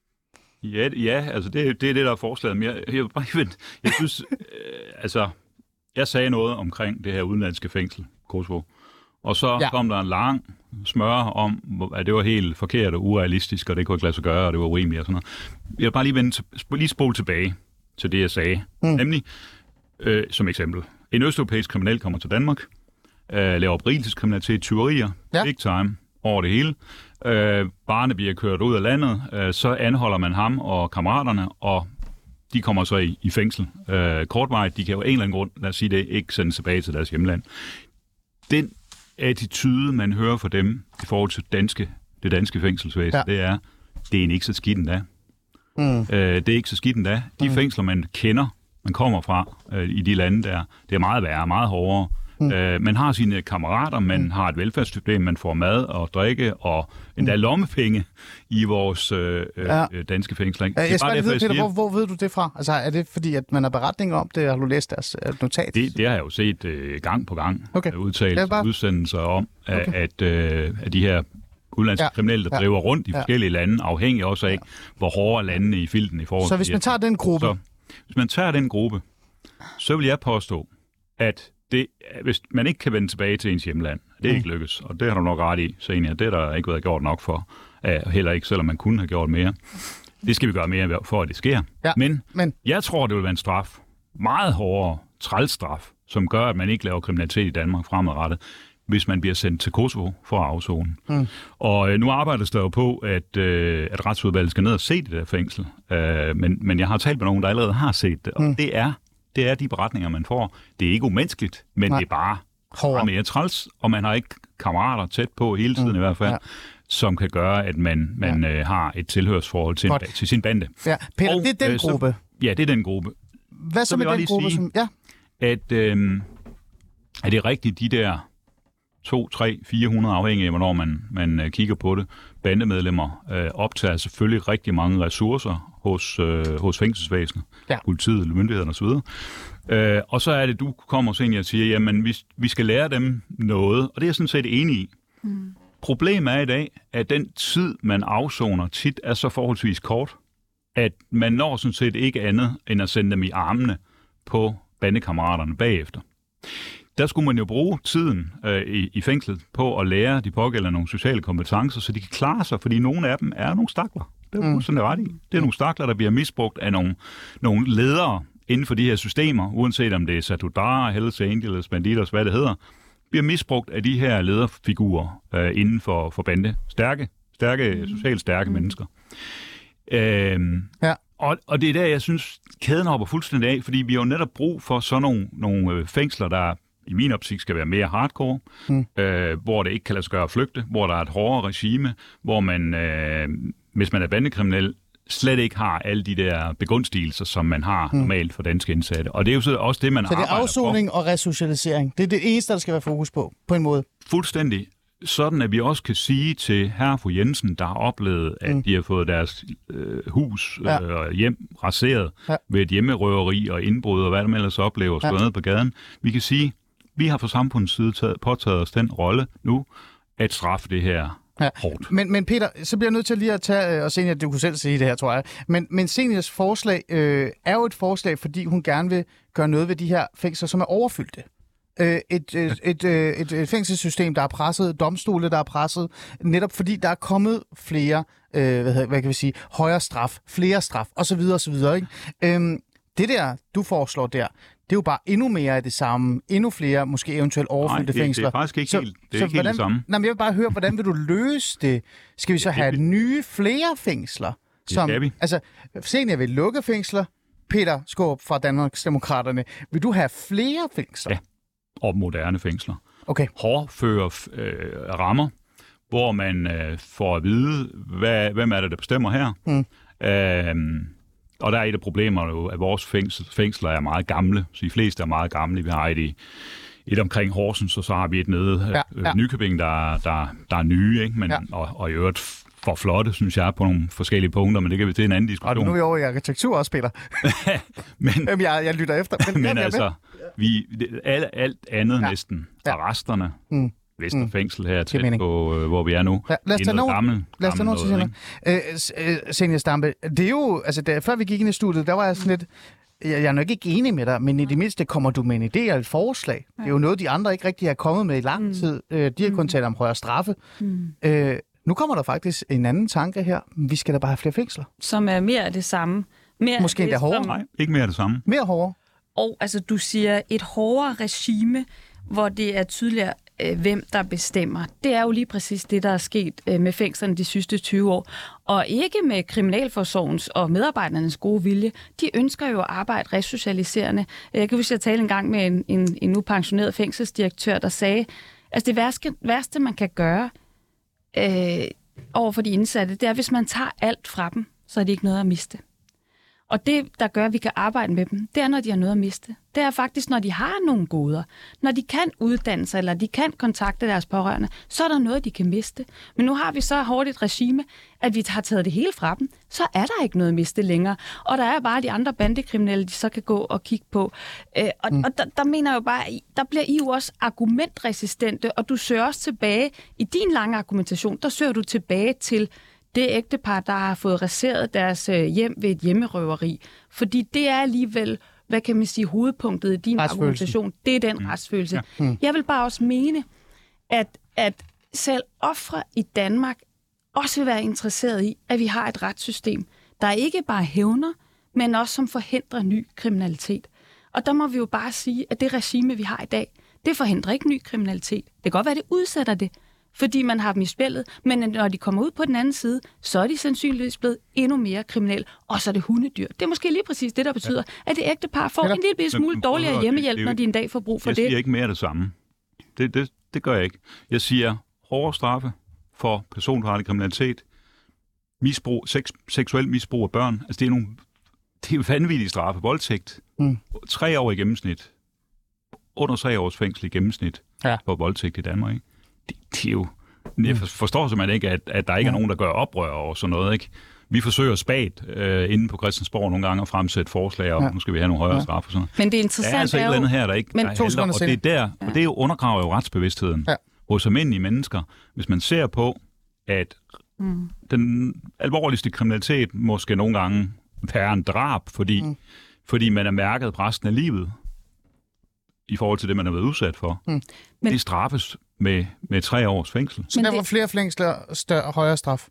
Ja, ja, altså det, det er det, der er forslaget. Men jeg, jeg, jeg, jeg synes, øh, altså, jeg sagde noget omkring det her udenlandske fængsel, Kosovo. Og så ja. kom der en lang smøre om, at det var helt forkert og urealistisk, og det kunne ikke lade sig gøre, og det var urimeligt og sådan noget. Jeg vil bare lige, vende, lige spole tilbage til det, jeg sagde. Mm. Nemlig, øh, som eksempel, en østeuropæisk kriminel kommer til Danmark, øh, laver berigelseskriminalitet, tyverier, ja. big time, over det hele. Øh, barne bliver kørt ud af landet, øh, så anholder man ham og kammeraterne, og de kommer så i, i fængsel. Øh, kortvarigt, de kan jo af en eller anden grund, lad os sige det, ikke sendes tilbage til deres hjemland. Den attitude, man hører fra dem i forhold til danske, det danske fængselsvæsen, ja. det er, det er ikke så skidt endda. Mm. Øh, det er ikke så skidt endda. De mm. fængsler, man kender, man kommer fra øh, i de lande der, det er meget værre, meget hårdere. Mm. Øh, man har sine kammerater, man mm. har et velfærdssystem, man får mad og drikke og endda mm. lommepenge i vores øh, ja. øh, danske fængsler. Det er jeg bare derfor, derfor, ved, Peter, siger, hvor, hvor ved du det fra? Altså, er det fordi, at man har beretninger om det? Har du læst deres notat? Det, det har jeg jo set øh, gang på gang. Okay. Udtalelser, bare... udsendelser om, okay. at, øh, at de her udenlandske ja. kriminelle, der ja. driver rundt i forskellige ja. lande, afhængig også af, ja. hvor hårde landene i filten i forhold til. Så hvis man tager den gruppe? Så, hvis man tager den gruppe, så vil jeg påstå, at det, hvis man ikke kan vende tilbage til ens hjemland, det er mm. ikke lykkes, og det har du nok ret i, Senior. Det er der ikke været gjort nok for, uh, heller ikke, selvom man kunne have gjort mere. Det skal vi gøre mere for, at det sker. Ja, men, men jeg tror, det vil være en straf, meget hårdere trælstraf, som gør, at man ikke laver kriminalitet i Danmark fremadrettet, hvis man bliver sendt til Kosovo for at afzone. Mm. Og uh, nu arbejdes der jo på, at, uh, at retsudvalget skal ned og se det der fængsel, uh, men, men jeg har talt med nogen, der allerede har set det, og mm. det er Det er de beretninger, man får. Det er ikke umenneskeligt, men Nej. det er bare, bare mere træls, og man har ikke kammerater tæt på hele tiden mm. i hvert fald, ja. som kan gøre, at man, man ja. øh, har et tilhørsforhold til, en, til sin bande. Ja. Peter, og, det er den øh, gruppe. Så, ja, det er den gruppe. Hvad så, så med den gruppe? Sige, som, ja. at, øh, er det rigtigt, de der to, tre, fire hundrede afhængige af, hvornår man, man øh, kigger på det, bandemedlemmer øh, optager selvfølgelig rigtig mange ressourcer hos, øh, hos fængselsvæsenet, ja. politiet, myndighederne osv. Øh, og så er det, du kommer så ind og siger, jamen vi, vi skal lære dem noget, og det er jeg sådan set enig i. Mm. Problemet er i dag, at den tid, man afsoner tit, er så forholdsvis kort, at man når sådan set ikke andet, end at sende dem i armene på bandekammeraterne bagefter. Der skulle man jo bruge tiden øh, i, i fængslet på at lære de pågældende nogle sociale kompetencer, så de kan klare sig, fordi nogle af dem er nogle stakler. Det er jo fuldstændig ret i. Det er nogle stakler, der bliver misbrugt af nogle, nogle ledere inden for de her systemer, uanset om det er Satudara, Hells Angels, Bandidos, hvad det hedder, bliver misbrugt af de her lederfigurer øh, inden for, for bande. Stærke, stærke, socialt stærke mm. mennesker. Øhm, ja. og, og det er der, jeg synes, kæden hopper fuldstændig af, fordi vi har jo netop brug for sådan nogle, nogle fængsler, der i min optik skal være mere hardcore, mm. øh, hvor det ikke kan lade sig gøre at flygte, hvor der er et hårdere regime, hvor man, øh, hvis man er bandekriminel, slet ikke har alle de der begunstigelser, som man har mm. normalt for danske indsatte. Og det er jo så også det, man arbejder for. Så det er afsoning og resocialisering. Det er det eneste, der skal være fokus på, på en måde. Fuldstændig. Sådan, at vi også kan sige til herre og fru Jensen, der har oplevet, at mm. de har fået deres øh, hus ja. øh, hjem raseret ja. ved et hjemmerøveri og indbrud, og hvad de ellers oplever, og slået ja. ned på gaden. Vi kan sige, vi har fra samfundets side taget, påtaget os den rolle nu, at straffe det her ja. hårdt. Men, men Peter, så bliver jeg nødt til lige at tage, og Zenia, du kunne selv sige det her, tror jeg, men, men Zenias forslag øh, er jo et forslag, fordi hun gerne vil gøre noget ved de her fængsler, som er overfyldte. Et, et, et, et, et fængselssystem, der er presset, domstole, der er presset, netop fordi der er kommet flere, øh, hvad, hvad kan vi sige, højere straf, flere straf, osv. osv. Ikke? Øhm, det der, du foreslår der, det er jo bare endnu mere af det samme, endnu flere, måske eventuelt overfyldte Nej, det, fængsler. det er faktisk ikke så, helt det, er så ikke hvordan, helt det samme. Nej, men jeg vil bare høre, hvordan vil du løse det? Skal vi så have nye, flere fængsler? Det som, skal vi. Altså, Zenia vil lukke fængsler. Peter Skaarup fra Danmarksdemokraterne, vil du have flere fængsler? Ja. Og moderne fængsler. Okay. Hårdføre øh, rammer, hvor man øh, får at vide, hvad, hvem er det, der bestemmer her. Mm. Øhm, og der er et af problemerne jo, at vores fængsel, fængsler er meget gamle. Så de fleste er meget gamle. Vi har et, i, et omkring Horsens, og så har vi et nede ja, øh, ja. Nykøbing, der, der, der er nye, ikke? Men, ja. og, og i øvrigt for flotte, synes jeg, på nogle forskellige punkter, men det kan vi til en anden diskussion. Og nu er vi over i arkitektur også, Peter. men, Jamen, jeg, jeg lytter efter. Men, men altså, vi, alt, alt andet ja. næsten, ja. resterne, mm. Vesterfængsel her tæt på, øh, hvor vi er nu. Ja, lad os tage nogen, gammel, lad os tage nogen til øh, Zenia Stampe, det er jo, altså, da, før vi gik ind i studiet, der var jeg sådan lidt, jeg, jeg er nok ikke enig med dig, men i det mindste kommer du med en idé eller et forslag. Ja. Det er jo noget, de andre ikke rigtig har kommet med i lang mm. tid. Øh, de har kun talt om højere straffe. Mm. Øh, Nu kommer der faktisk en anden tanke her. Vi skal da bare have flere fængsler. Som er mere af det samme. Mere Måske endda hårdere. Nej, ikke mere af det samme. Mere hårdere. Og altså, du siger et hårdere regime, hvor det er tydeligere, øh, hvem der bestemmer. Det er jo lige præcis det, der er sket øh, med fængslerne de sidste tyve år. Og ikke med kriminalforsorgens og medarbejdernes gode vilje. De ønsker jo at arbejde resocialiserende. Jeg kan huske, at jeg talte en gang med en, en, en nu pensioneret fængselsdirektør, der sagde, altså det værste, værste man kan gøre, Øh, over for de indsatte, det er, hvis man tager alt fra dem, så er det ikke noget at miste. Og det, der gør, at vi kan arbejde med dem, det er, når de har noget at miste. Det er faktisk, når de har nogle goder. Når de kan uddanne sig, eller de kan kontakte deres pårørende, så er der noget, de kan miste. Men nu har vi så hårdt et regime, at vi har taget det hele fra dem, så er der ikke noget at miste længere. Og der er bare de andre bandekriminelle, de så kan gå og kigge på. Øh, og mm. og der, der mener jeg jo bare, der bliver I jo også argumentresistente, og du søger også tilbage, i din lange argumentation, der søger du tilbage til det ægtepar, der har fået raseret deres hjem ved et hjemmerøveri. Fordi det er alligevel, hvad kan man sige, hovedpunktet i din argumentation. Det er den mm. retsfølelse. Ja. Mm. Jeg vil bare også mene, at, at selv ofre i Danmark også vil være interesseret i, at vi har et retssystem, der ikke bare hævner, men også som forhindrer ny kriminalitet. Og der må vi jo bare sige, at det regime, vi har i dag, det forhindrer ikke ny kriminalitet. Det kan godt være, det udsætter det, fordi man har dem i spillet, men når de kommer ud på den anden side, så er de sandsynligvis blevet endnu mere kriminelle, og så er det hundedyr. Det er måske lige præcis det, der betyder, ja. at det ægtepar får en lille smule dårligere hjemmehjælp, det, det, når de en dag får brug for jeg det. Jeg siger ikke mere af det samme. Det, det, det gør jeg ikke. Jeg siger hårdere straffe for personfarlig kriminalitet, misbrug, sex, seksuel misbrug af børn. Altså det er nogle det er jo vanvittige straffe. Voldtægt. Mm. Tre år i gennemsnit. Under tre års fængsel i gennemsnit ja. for voldtægt i Danmark, ikke? Det, det er jo... Jeg forstår simpelthen ikke, at, at der ikke er nogen, der gør oprør over sådan noget, ikke? vi forsøger spagt øh, inde på Christiansborg nogle gange at fremsætte forslag om, ja. nu skal vi have nogle højere ja. straffe og sådan noget. Men det er interessant, der er altså et eller andet her, der ikke men, der halter, og det er der, ja. og det undergraver jo retsbevidstheden ja. hos almindelige mennesker. Hvis man ser på, at mm. den alvorligste kriminalitet måske nogle gange være en drab, fordi, mm. fordi man er mærket resten af livet i forhold til det, man har været udsat for. Mm. Men, det straffes med, med tre års fængsel. Så der var flere fængsler større, højere straf?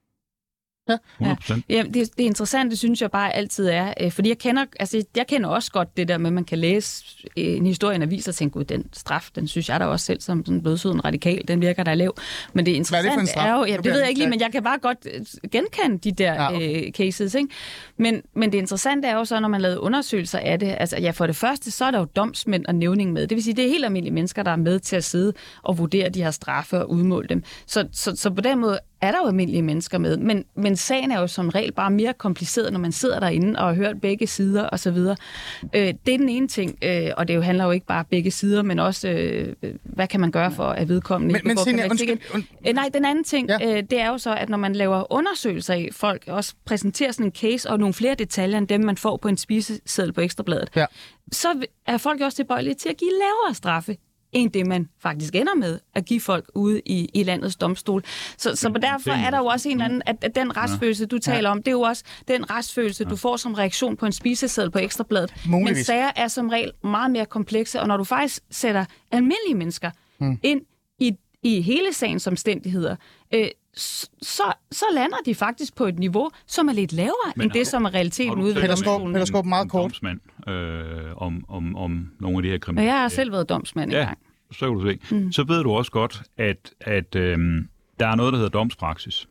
Ja. hundrede procent. Ja, det, det interessante, synes jeg bare altid er, øh, fordi jeg kender, altså, jeg kender også godt det der med, at man kan læse øh, en historie i en avis og tænke, gud, den straf, den synes jeg da også selv som sådan blødsøden radikal, den virker der lav. Men det interessante er, er jo, ja, det ved jeg ikke lige, men jeg kan bare godt genkende de der ja, okay. øh, cases, ikke? Men, men det interessante er jo så, når man lavede undersøgelser af det, altså ja, for det første, så er der jo domsmænd og nævning med. Det vil sige, det er helt almindelige mennesker, der er med til at sidde og vurdere de her straffe og udmåle dem. Så, så, så på den måde er der jo almindelige mennesker med, men, men sagen er jo som regel bare mere kompliceret, når man sidder derinde og har hørt begge sider osv. Øh, det er den ene ting, øh, og det jo handler jo ikke bare begge sider, men også, øh, hvad kan man gøre for at vedkommende men, men, Signe, undskyld, und... øh, Nej, den anden ting, ja. øh, det er jo så, at når man laver undersøgelser af folk, også præsenterer sådan en case og nogle flere detaljer end dem, man får på en spiseseddel på Ekstrabladet, ja. så er folk jo også tilbøjelige til at give lavere straffe, end det, man faktisk ender med at give folk ude i, i landets domstol. Så, så derfor er der jo også en eller anden, at, at den retsfølelse, du taler om, det er jo også den retsfølelse, du får som reaktion på en spiseseddel på Ekstrabladet. Men sager er som regel meget mere komplekse, og når du faktisk sætter almindelige mennesker hmm. ind i, i hele sagens omstændigheder, øh, så, så lander de faktisk på et niveau, som er lidt lavere Men end det, som er realiteten ude ved domstolen. Peter Skaarup, meget kort. Domsmand, øh, om, om, om nogle af de her kriminelle. Jeg har selv været domsmand ja, engang. Så kan du se. Mm. Så ved du også godt, at, at øh, der er noget, der hedder domspraksis.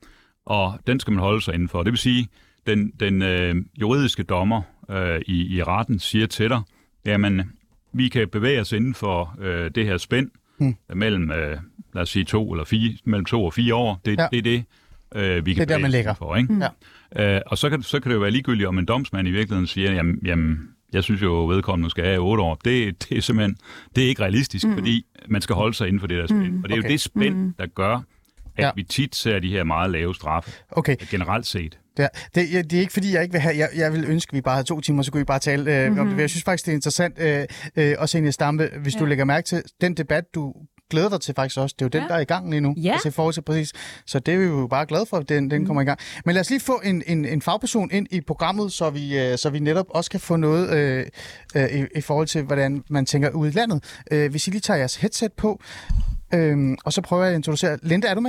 Og den skal man holde sig indenfor. Det vil sige, den, den øh, juridiske dommer øh, i, i retten siger til dig, jamen, vi kan bevæge os inden for øh, det her spænd mm. mellem, øh, lad os sige, to eller fire, mellem to og fire år. Det, ja. det er det, øh, vi kan det er bevæge der, os for. Ikke? Mm. Ja. Øh, og så kan, så kan det jo være ligegyldigt, om en domsmand i virkeligheden siger, jamen, jamen jeg synes jo, at vedkommende skal have otte år. Det, det er simpelthen det er ikke realistisk, mm. fordi man skal holde sig inden for det der spænd. Mm. Og det er okay. jo det spænd, der gør, at ja. vi tit ser de her meget lave straffe. Okay. Generelt set. Det, det, det er ikke fordi, jeg ikke vil have... Jeg, jeg vil ønske, at vi bare havde to timer, så kunne vi bare tale øh, mm-hmm. om det. Jeg synes faktisk, det er interessant. Øh, øh, også Zenia Stampe, hvis ja. du lægger mærke til den debat, du glæder dig til faktisk også. Det er jo den, ja. der er i gang lige nu. Ja. Altså i forhold til præcis. Så det er vi jo bare glade for, at den, den mm. kommer i gang. Men lad os lige få en, en, en fagperson ind i programmet, så vi, øh, så vi netop også kan få noget øh, øh, i, i forhold til, hvordan man tænker ude i landet. Øh, hvis I lige tager jeres headset på, øh, og så prøver jeg at introducere. Linda, er du med?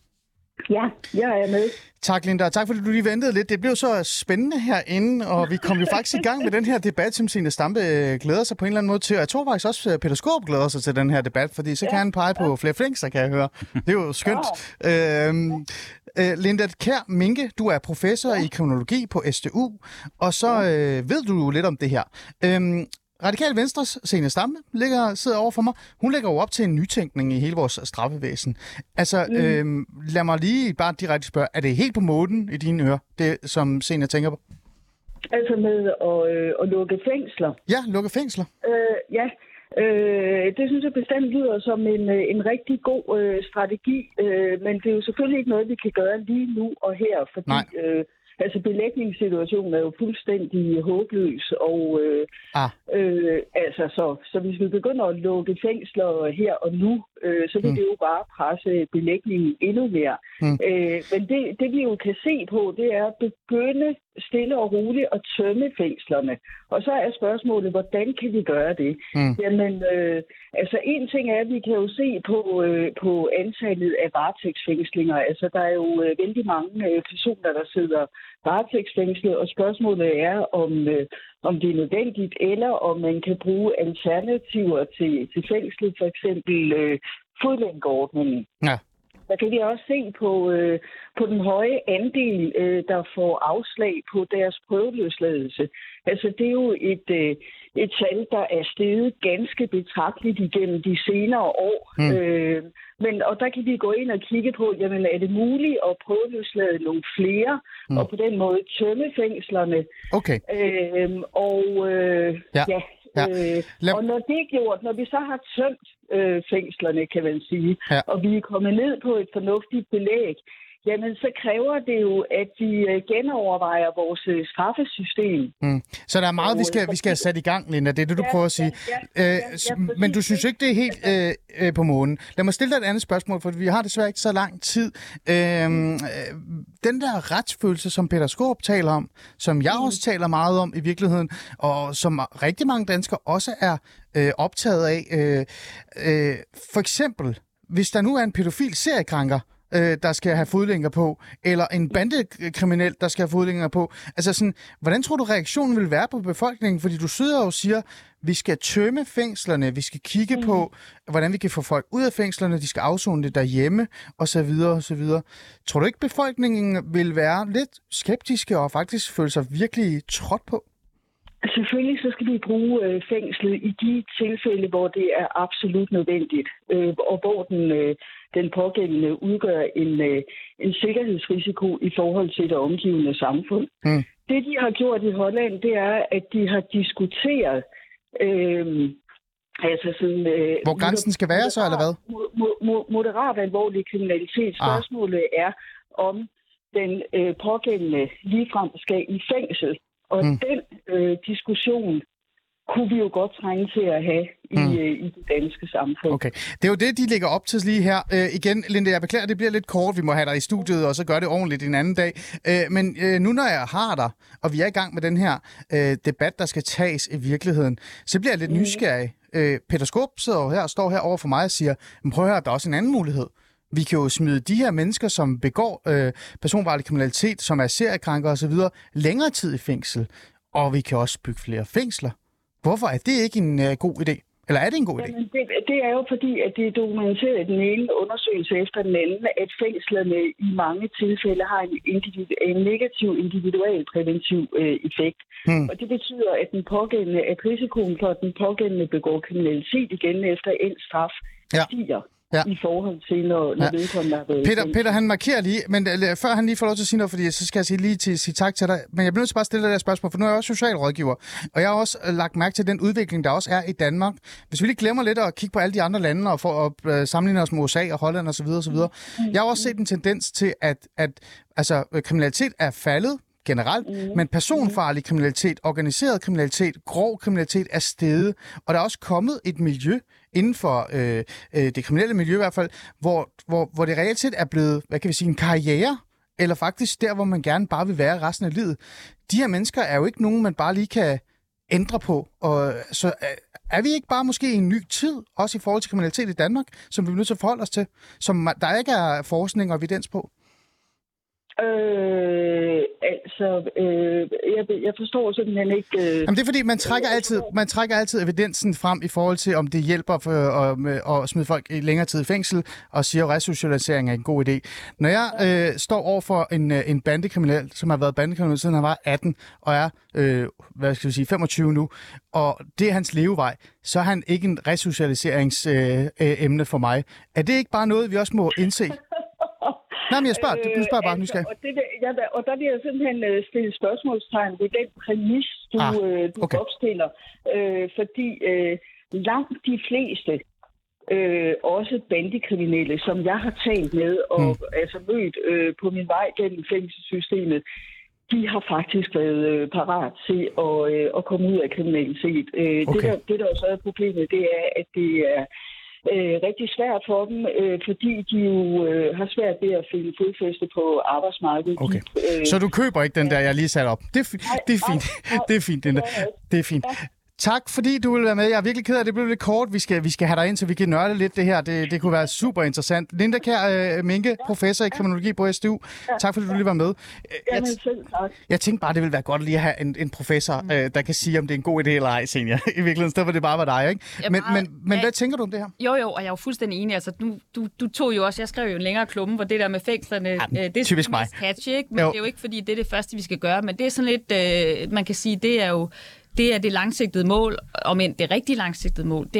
Ja, jeg er med. Tak, Linda. Tak, fordi du lige ventede lidt. Det blev så spændende herinde, og vi kom jo faktisk i gang med den her debat, som Zenia Stampe glæder sig på en eller anden måde til. Og jeg tror faktisk også, at Peter Skaarup glæder sig til den her debat, fordi så ja. kan han pege på flere fængsler, kan jeg høre. Det er jo skønt. Ja. Øhm, øh, Linda Kjær Minke, du er professor ja. i kriminologi på S D U, og så øh, ved du lidt om det her. Øhm, Radikal Venstres Zenia Stampe ligger, sidder over for mig. Hun lægger jo op til en nytænkning i hele vores straffevæsen. Altså, mm. øhm, lad mig lige bare direkte spørge, er det helt på måden i dine ører, det som Zenia tænker på? Altså med at, øh, at lukke fængsler? Ja, lukke fængsler. Øh, ja, øh, det synes jeg bestemt lyder som en, en rigtig god øh, strategi, øh, men det er jo selvfølgelig ikke noget, vi kan gøre lige nu og her, fordi... Nej. Øh, Altså belægningssituationen er jo fuldstændig håbløs, og øh, ah. øh, altså, så, så hvis vi begynder at lukke fængsler her og nu, øh, så vil mm. det jo bare presse belægningen endnu mere. Mm. Øh, men det, det vi jo kan se på, det er at begynde stille og roligt at tømme fængslerne. Og så er spørgsmålet, hvordan kan vi gøre det? Mm. Jamen, øh, altså en ting er, at vi kan jo se på, øh, på antallet af varetægtsfængslinger. Altså, der er jo øh, vældig mange øh, personer, der sidder varetægtsfængslet, og spørgsmålet er, om, øh, om det er nødvendigt, eller om man kan bruge alternativer til, til fængslet, for eksempel øh, fodlænkeordningen. Ja. Der kan vi også se på, øh, på den høje andel, øh, der får afslag på deres prøveløsladelse. Altså, det er jo et, øh, et tal, der er steget ganske betragteligt igennem de senere år. Mm. Øh, men, og der kan vi gå ind og kigge på, jamen, er det muligt at prøveløslade nogle flere, mm. og på den måde tømme fængslerne. Okay. Øh, og øh, ja. ja Ja. Øh, Lad... Og når det er gjort, når vi så har tømt øh, fængslerne, kan man sige, ja. og vi er kommet ned på et fornuftigt belæg, jamen så kræver det jo, at vi genovervejer vores straffesystem. Mm. Så der er meget, vi skal, vi skal have sat i gang, Linda. Det er det, du ja, prøver at sige. Ja, ja, ja, ja, øh, men du synes ikke, det er helt øh, øh, på månen. Lad mig stille dig et andet spørgsmål, for vi har desværre ikke så lang tid. Øh, den der retsfølelse, som Peter Skaarup taler om, som jeg også taler meget om i virkeligheden, og som rigtig mange danskere også er øh, optaget af. Øh, øh, for eksempel, hvis der nu er en pædofil seriekrænker, øh, der skal have fodlænker på, eller en bandekriminel, der skal have fodlænker på. Altså sådan, hvordan tror du, reaktionen vil være på befolkningen? Fordi du sidder og siger, vi skal tømme fængslerne, vi skal kigge mm. på, hvordan vi kan få folk ud af fængslerne, de skal afsone det derhjemme, og så videre, og så videre. Tror du ikke, befolkningen vil være lidt skeptiske og faktisk føle sig virkelig trådt på? Selvfølgelig så skal vi bruge øh, fængslet i de tilfælde, hvor det er absolut nødvendigt, øh, og hvor den, øh, den pågældende udgør en, øh, en sikkerhedsrisiko i forhold til det omgivende samfund. Mm. Det, de har gjort i Holland, det er, at de har diskuteret øh, altså sådan, øh, hvor grænsen skal være så, eller hvad? Mo- mo- moderat alvorlig kriminalitet. Spørgsmålet ah. er, om den øh, pågældende ligefrem skal i fængsel. Og mm. den øh, diskussion kunne vi jo godt trænge til at have i, mm. øh, i det danske samfund. Okay. Det er jo det, de lægger op til lige her. Øh, igen, Linda, jeg beklager, det bliver lidt kort. Vi må have dig i studiet, og så gør det ordentligt en anden dag. Øh, men øh, nu når jeg har dig, og vi er i gang med den her øh, debat, der skal tages i virkeligheden, så bliver jeg lidt mm. nysgerrig. Øh, Peter Skaarup sidder her og står her over for mig og siger, men prøv at høre, der er også en anden mulighed. Vi kan jo smide de her mennesker, som begår øh, personfarlig kriminalitet, som er seriekrænkere osv., længere tid i fængsel. Og vi kan også bygge flere fængsler. Hvorfor er det ikke en øh, god idé? Eller er det en god idé? Jamen, det, det er jo fordi, at det er dokumenteret i den ene undersøgelse efter den anden, at fængslerne i mange tilfælde har en, individu- en negativ individuel præventiv øh, effekt. Hmm. Og det betyder, at den pågældende, at risikoen for, at den pågældende begår kriminalitet igen efter en straf ja. stiger. Ja. I forhold til, når, når ja. vedkommende er ved. Peter, Peter, han markerer lige, men uh, før han lige får lov til at sige noget, fordi så skal jeg sige lige til sige tak til dig, men jeg bliver nødt til bare at stille dig det spørgsmål, for nu er jeg også socialrådgiver, og jeg har også uh, lagt mærke til den udvikling, der også er i Danmark. Hvis vi lige glemmer lidt at kigge på alle de andre lande og for at uh, sammenligne os med U S A og Holland osv. osv. Jeg har også set en tendens til, at, at altså, kriminalitet er faldet generelt, mm. men personfarlig kriminalitet, organiseret kriminalitet, grov kriminalitet er steget, og der er også kommet et miljø inden for øh, øh, det kriminelle miljø i hvert fald, hvor, hvor, hvor det reelt set er blevet, hvad kan vi sige, en karriere, eller faktisk der, hvor man gerne bare vil være resten af livet. De her mennesker er jo ikke nogen, man bare lige kan ændre på, og så er vi ikke bare måske i en ny tid, også i forhold til kriminalitet i Danmark, som vi er nødt til at forholde os til, som der ikke er forskning og evidens på? Øh, altså, øh, jeg, jeg forstår simpelthen ikke... Øh, Jamen det er fordi, man trækker, altid, man trækker altid evidensen frem i forhold til, om det hjælper for at, at smide folk i længere tid i fængsel, og siger, at resocialisering er en god idé. Når jeg øh, står over for en, en bandekriminel, som har været bandekriminel siden han var atten, og er, øh, hvad skal vi sige, femogtyve nu, og det er hans levevej, så er han ikke en resocialiseringsemne øh, for mig. Er det ikke bare noget, vi også må indse? Nej, men jeg spørger, du spørger bare, nu skal jeg. Og, det, ja, og der vil jeg simpelthen stille spørgsmålstegn ved den præmis, du, ah, du okay. opstiller. Øh, fordi øh, langt de fleste, øh, også bandekriminelle, som jeg har talt med og hmm. altså mødt øh, på min vej gennem fængselssystemet, de har faktisk været øh, parat til at, øh, at komme ud af kriminalitet. Øh, okay. det, der, det, der også er problemet, det er, at det er Øh, rigtig svært for dem, øh, fordi de jo øh, har svært ved at finde fodfæste på arbejdsmarkedet. Okay. Øh, Så du køber ikke den der, jeg lige satte op? Det er, fi- nej, det er fint. Nej, nej, det er fint, den der. Det er fint. Ja. Tak, fordi du vil være med. Jeg er virkelig ked af, at det blev lidt kort. Vi skal, vi skal have dig ind, så vi kan nørde lidt det her. Det, det kunne være super interessant. Linda Kjær uh, Minke, professor i kriminologi på S D U. Ja. Tak, fordi du lige var med. Jeg, t- jeg tænkte bare, det ville være godt lige at have en, en professor, uh, der kan sige, om det er en god idé eller ej, senior. I virkeligheden, så var det bare var dig, ikke? Men, bare, men, men ja. Hvad tænker du om det her? Jo, jo, og jeg er jo fuldstændig enig. Altså, du, du, du tog jo også, jeg skrev jo en længere klumme, hvor det der med fængslerne, ja, det er typisk mig. Catchy, ikke? Men jo. Det er jo ikke, fordi det er det første, vi skal gøre. Men det er sådan lidt, øh, man kan sige, det er jo... Det er det langsigtede mål, og men det rigtige langsigtede mål, det er jo,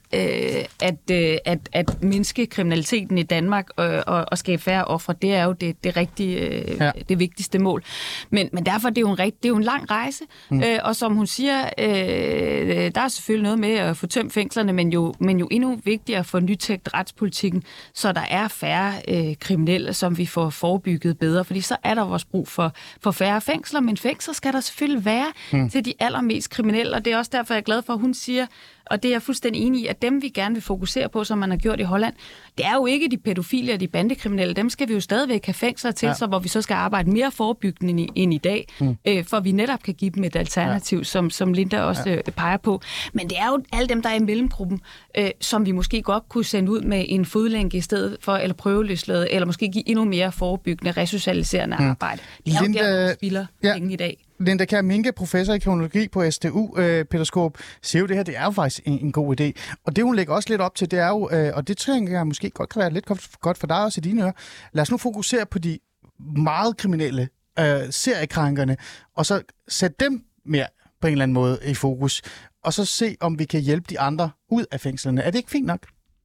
øh, at, øh, at, at mindske kriminaliteten i Danmark øh, og, og skabe færre ofre, det er jo det, det rigtige, øh, ja. det vigtigste mål. Men, men derfor det er jo en rigt, det er jo en lang rejse, mm. øh, og som hun siger, øh, der er selvfølgelig noget med at få tømt fængslerne, men jo, men jo endnu vigtigere at få nytænkt retspolitikken, så der er færre øh, kriminelle, som vi får forebygget bedre, fordi så er der også brug for, for færre fængsler, men fængsler skal der selvfølgelig være mm. til de allermest kriminelle, og det er også derfor, jeg er glad for, at hun siger, og det er jeg fuldstændig enig i, at dem vi gerne vil fokusere på, som man har gjort i Holland, det er jo ikke de pædofile og de bandekriminelle, dem skal vi jo stadigvæk have fængsler til, ja. så hvor vi så skal arbejde mere forebyggende end i, end i dag, mm. øh, for vi netop kan give dem et alternativ, ja. som, som Linda også ja. øh, peger på. Men det er jo alle dem, der er i mellemgruppen, øh, som vi måske godt kunne sende ud med en fodlænke i stedet for, eller prøveløslade, eller måske give endnu mere forebyggende, resocialiserende mm. arbejde. Det er Linda, jo der, vi spilder ja. penge i dag. Linda Kjær Minke, professor i kriminologi på S T U, øh, Peter Skaarup, siger jo det her, det er jo faktisk en, en god idé. Og det hun lægger også lidt op til, det er jo, øh, og det tror jeg måske godt kan være lidt godt for dig også i dine ører, lad os nu fokusere på de meget kriminelle øh, seriekrænkerne, og så sætte dem mere på en eller anden måde i fokus, og så se, om vi kan hjælpe de andre ud af fængslerne. Er det ikke fint nok?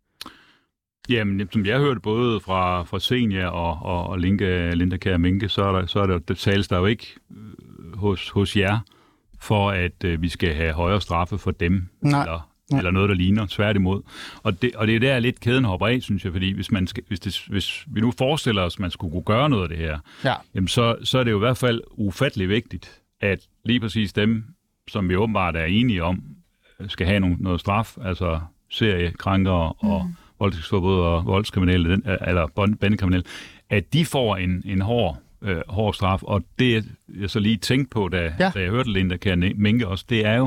Jamen, som jeg hørte både fra, fra Senja og, og, og Linda, Linda Kjær Minke, så er der, så er der, det tales der jo ikke hos, hos jer, for at øh, vi skal have højere straffe for dem, Nej. Eller, Nej. eller noget, der ligner, tværtimod. Og det, og det er der lidt kæden hopper af, synes jeg, fordi hvis, man skal, hvis, det, hvis vi nu forestiller os, at man skulle kunne gøre noget af det her, ja. jamen så, så er det jo i hvert fald ufattelig vigtigt, at lige præcis dem, som vi åbenbart er enige om, skal have nogle, noget straf, altså seriekrænkere og mm. voldtægtsforbrydere og voldskriminelle, eller bandekriminelle, at de får en, en hård, øh, hård straf. Og det, jeg så lige tænkte på, da, ja. da jeg hørte Linda Kjær Minke også, det er jo,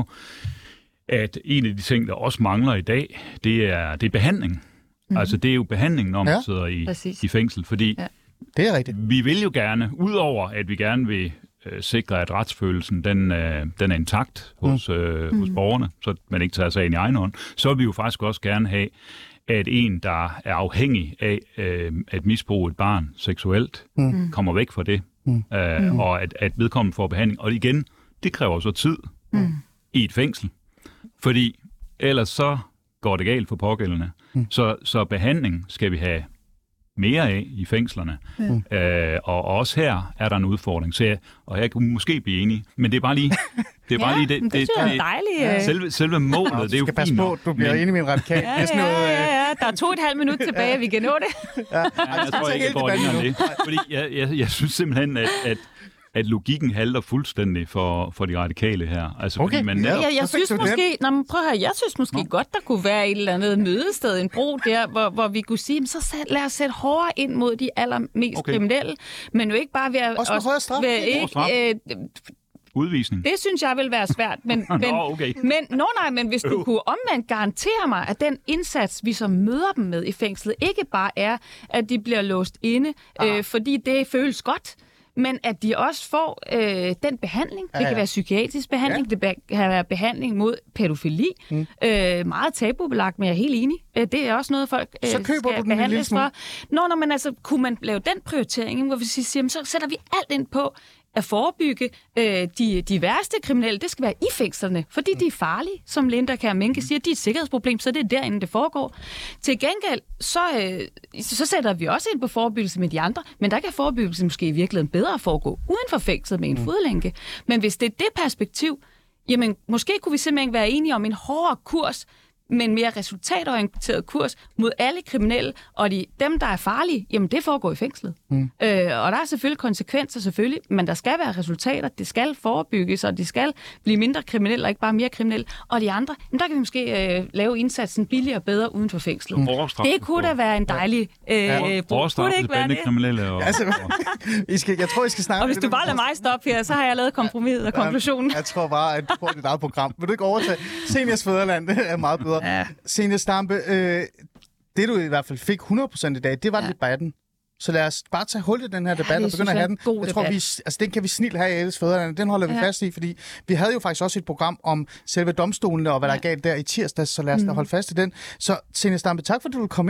at en af de ting, der også mangler i dag, det er, det er behandling. Mm-hmm. Altså, det er jo behandling, når man ja. sidder i, i fængsel, fordi ja. det er rigtigt. Vi vil jo gerne, udover at vi gerne vil øh, sikre, at retsfølelsen den, øh, den er intakt hos, øh, mm. hos borgerne, så man ikke tager sagen i egen hånd, så vil vi jo faktisk også gerne have, at en, der er afhængig af øh, at misbruge et barn seksuelt, mm. kommer væk fra det, mm. Øh, mm. og at, at vedkommende får behandling. Og igen, det kræver så tid mm. i et fængsel, fordi ellers så går det galt for pågældende. Mm. Så, så behandling skal vi have mere af i fængslerne. Mm. Øh, og også her er der en udfordring. Så jeg, og jeg kunne måske blive enig, men det er bare lige det. Er bare ja, lige det, det, det, det er dejligt. Ja. Selve, selve målet, ja, det er jo fint. Du skal passe på, du bliver men... enig med en radikal. Ja, ja, ja, ja, der er to og et halvt minut tilbage, vi kan nå det. ja, ja, jeg tror ikke, jeg går ind om det. Fordi jeg, jeg, jeg synes simpelthen, at, at at logikken halter fuldstændig for, for de radikale her. Altså, okay. man netop... jeg, jeg synes måske, nå, prøv at høre, jeg synes måske nå. godt, der kunne være et eller andet mødested, en bro der, hvor, hvor vi kunne sige, så sæt, lad os sætte hårdere ind mod de allermest okay. kriminelle, men jo ikke bare ved at... Også med højere straf. Ved, ikke, øh, udvisning. Det synes jeg vil være svært, men, men, Nå, okay. men, no, nej, men hvis du kunne omvendt garantere mig, at den indsats, vi så møder dem med i fængslet, ikke bare er, at de bliver låst inde, ah. øh, fordi det føles godt, men at de også får øh, den behandling. Ja, ja. Det kan være psykiatrisk behandling, ja. det kan være behandling mod pædofili. Mm. Øh, meget tabubelagt, men jeg er helt enig. Det er også noget, folk øh, skal behandles for. Nå, når man altså, kunne man lave den prioritering, hvor vi siger, så sætter vi alt ind på at forebygge øh, de, de værste kriminelle. Det skal være i fængslerne, fordi mm. de er farlige, som Linda Kjær Minke siger. De er et sikkerhedsproblem, så det er derinde, det foregår. Til gengæld, så, øh, så sætter vi også ind på forebyggelse med de andre, men der kan forebyggelse måske i virkeligheden bedre foregå uden for fængslet med en mm. fodlænke. Men hvis det er det perspektiv, jamen måske kunne vi simpelthen være enige om en hårdere kurs, men mere resultatorienteret kurs mod alle kriminelle, og de, dem, der er farlige, jamen det foregår i fængslet. Mm. Øh, og der er selvfølgelig konsekvenser, selvfølgelig, men der skal være resultater, det skal forebygges, og det skal blive mindre kriminelle, og ikke bare mere kriminelle. Og de andre, jamen der kan vi måske øh, lave indsatsen billigere og bedre uden for fængslet. Mm. Det kunne da være en dejlig øh, ja. brug. Kunne det ikke være det? Kriminelle og... altså, I skal, jeg tror, I skal snakke... Og hvis du bare lader mig stoppe her, så har jeg lavet kompromiset og konklusionen. Jeg, jeg tror bare, at du får dit eget program. Vil du ikke overtage? Seniors Fædreland, det er meget bedre. Ja. Zenia Stampe, øh, det du i hvert fald fik hundrede procent i dag, det var ja. debatten. Så lad os bare tage hul i den her debat ja, og begynde at have den. Jeg tror, vi, altså, den kan vi snilt have i Alice Fædreland. Den holder ja. vi fast i, fordi vi havde jo faktisk også et program om selve domstolene og hvad der ja. er galt der i tirsdags, så lad os mm. da holde fast i den. Så Zenia Stampe, tak fordi du kom ind.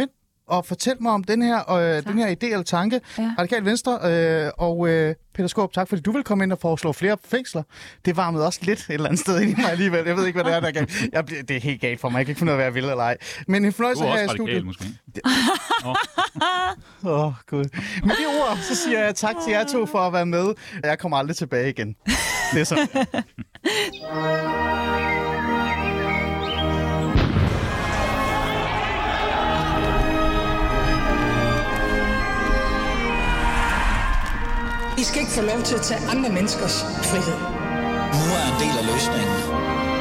og fortælle mig om den her, øh, den her idé eller tanke. Ja. Radikale Venstre øh, og øh, Peter Skaarup, tak fordi du vil komme ind og foreslå flere fængsler. Det varmede også lidt et eller andet sted ind i mig alligevel. Jeg ved ikke, hvad det er, der er galt. Jeg bliver, det er helt galt for mig. Jeg kan ikke finde ud af, hvad jeg vil eller ej. Men en fornøjelse her i studiet. Måske. Åh, oh, gud. Med de ord, så siger jeg tak til jer to for at være med. Jeg kommer aldrig tilbage igen. Det er sådan. I skal ikke få lov til at tage andre menneskers frihed. Nu er en del af løsningen.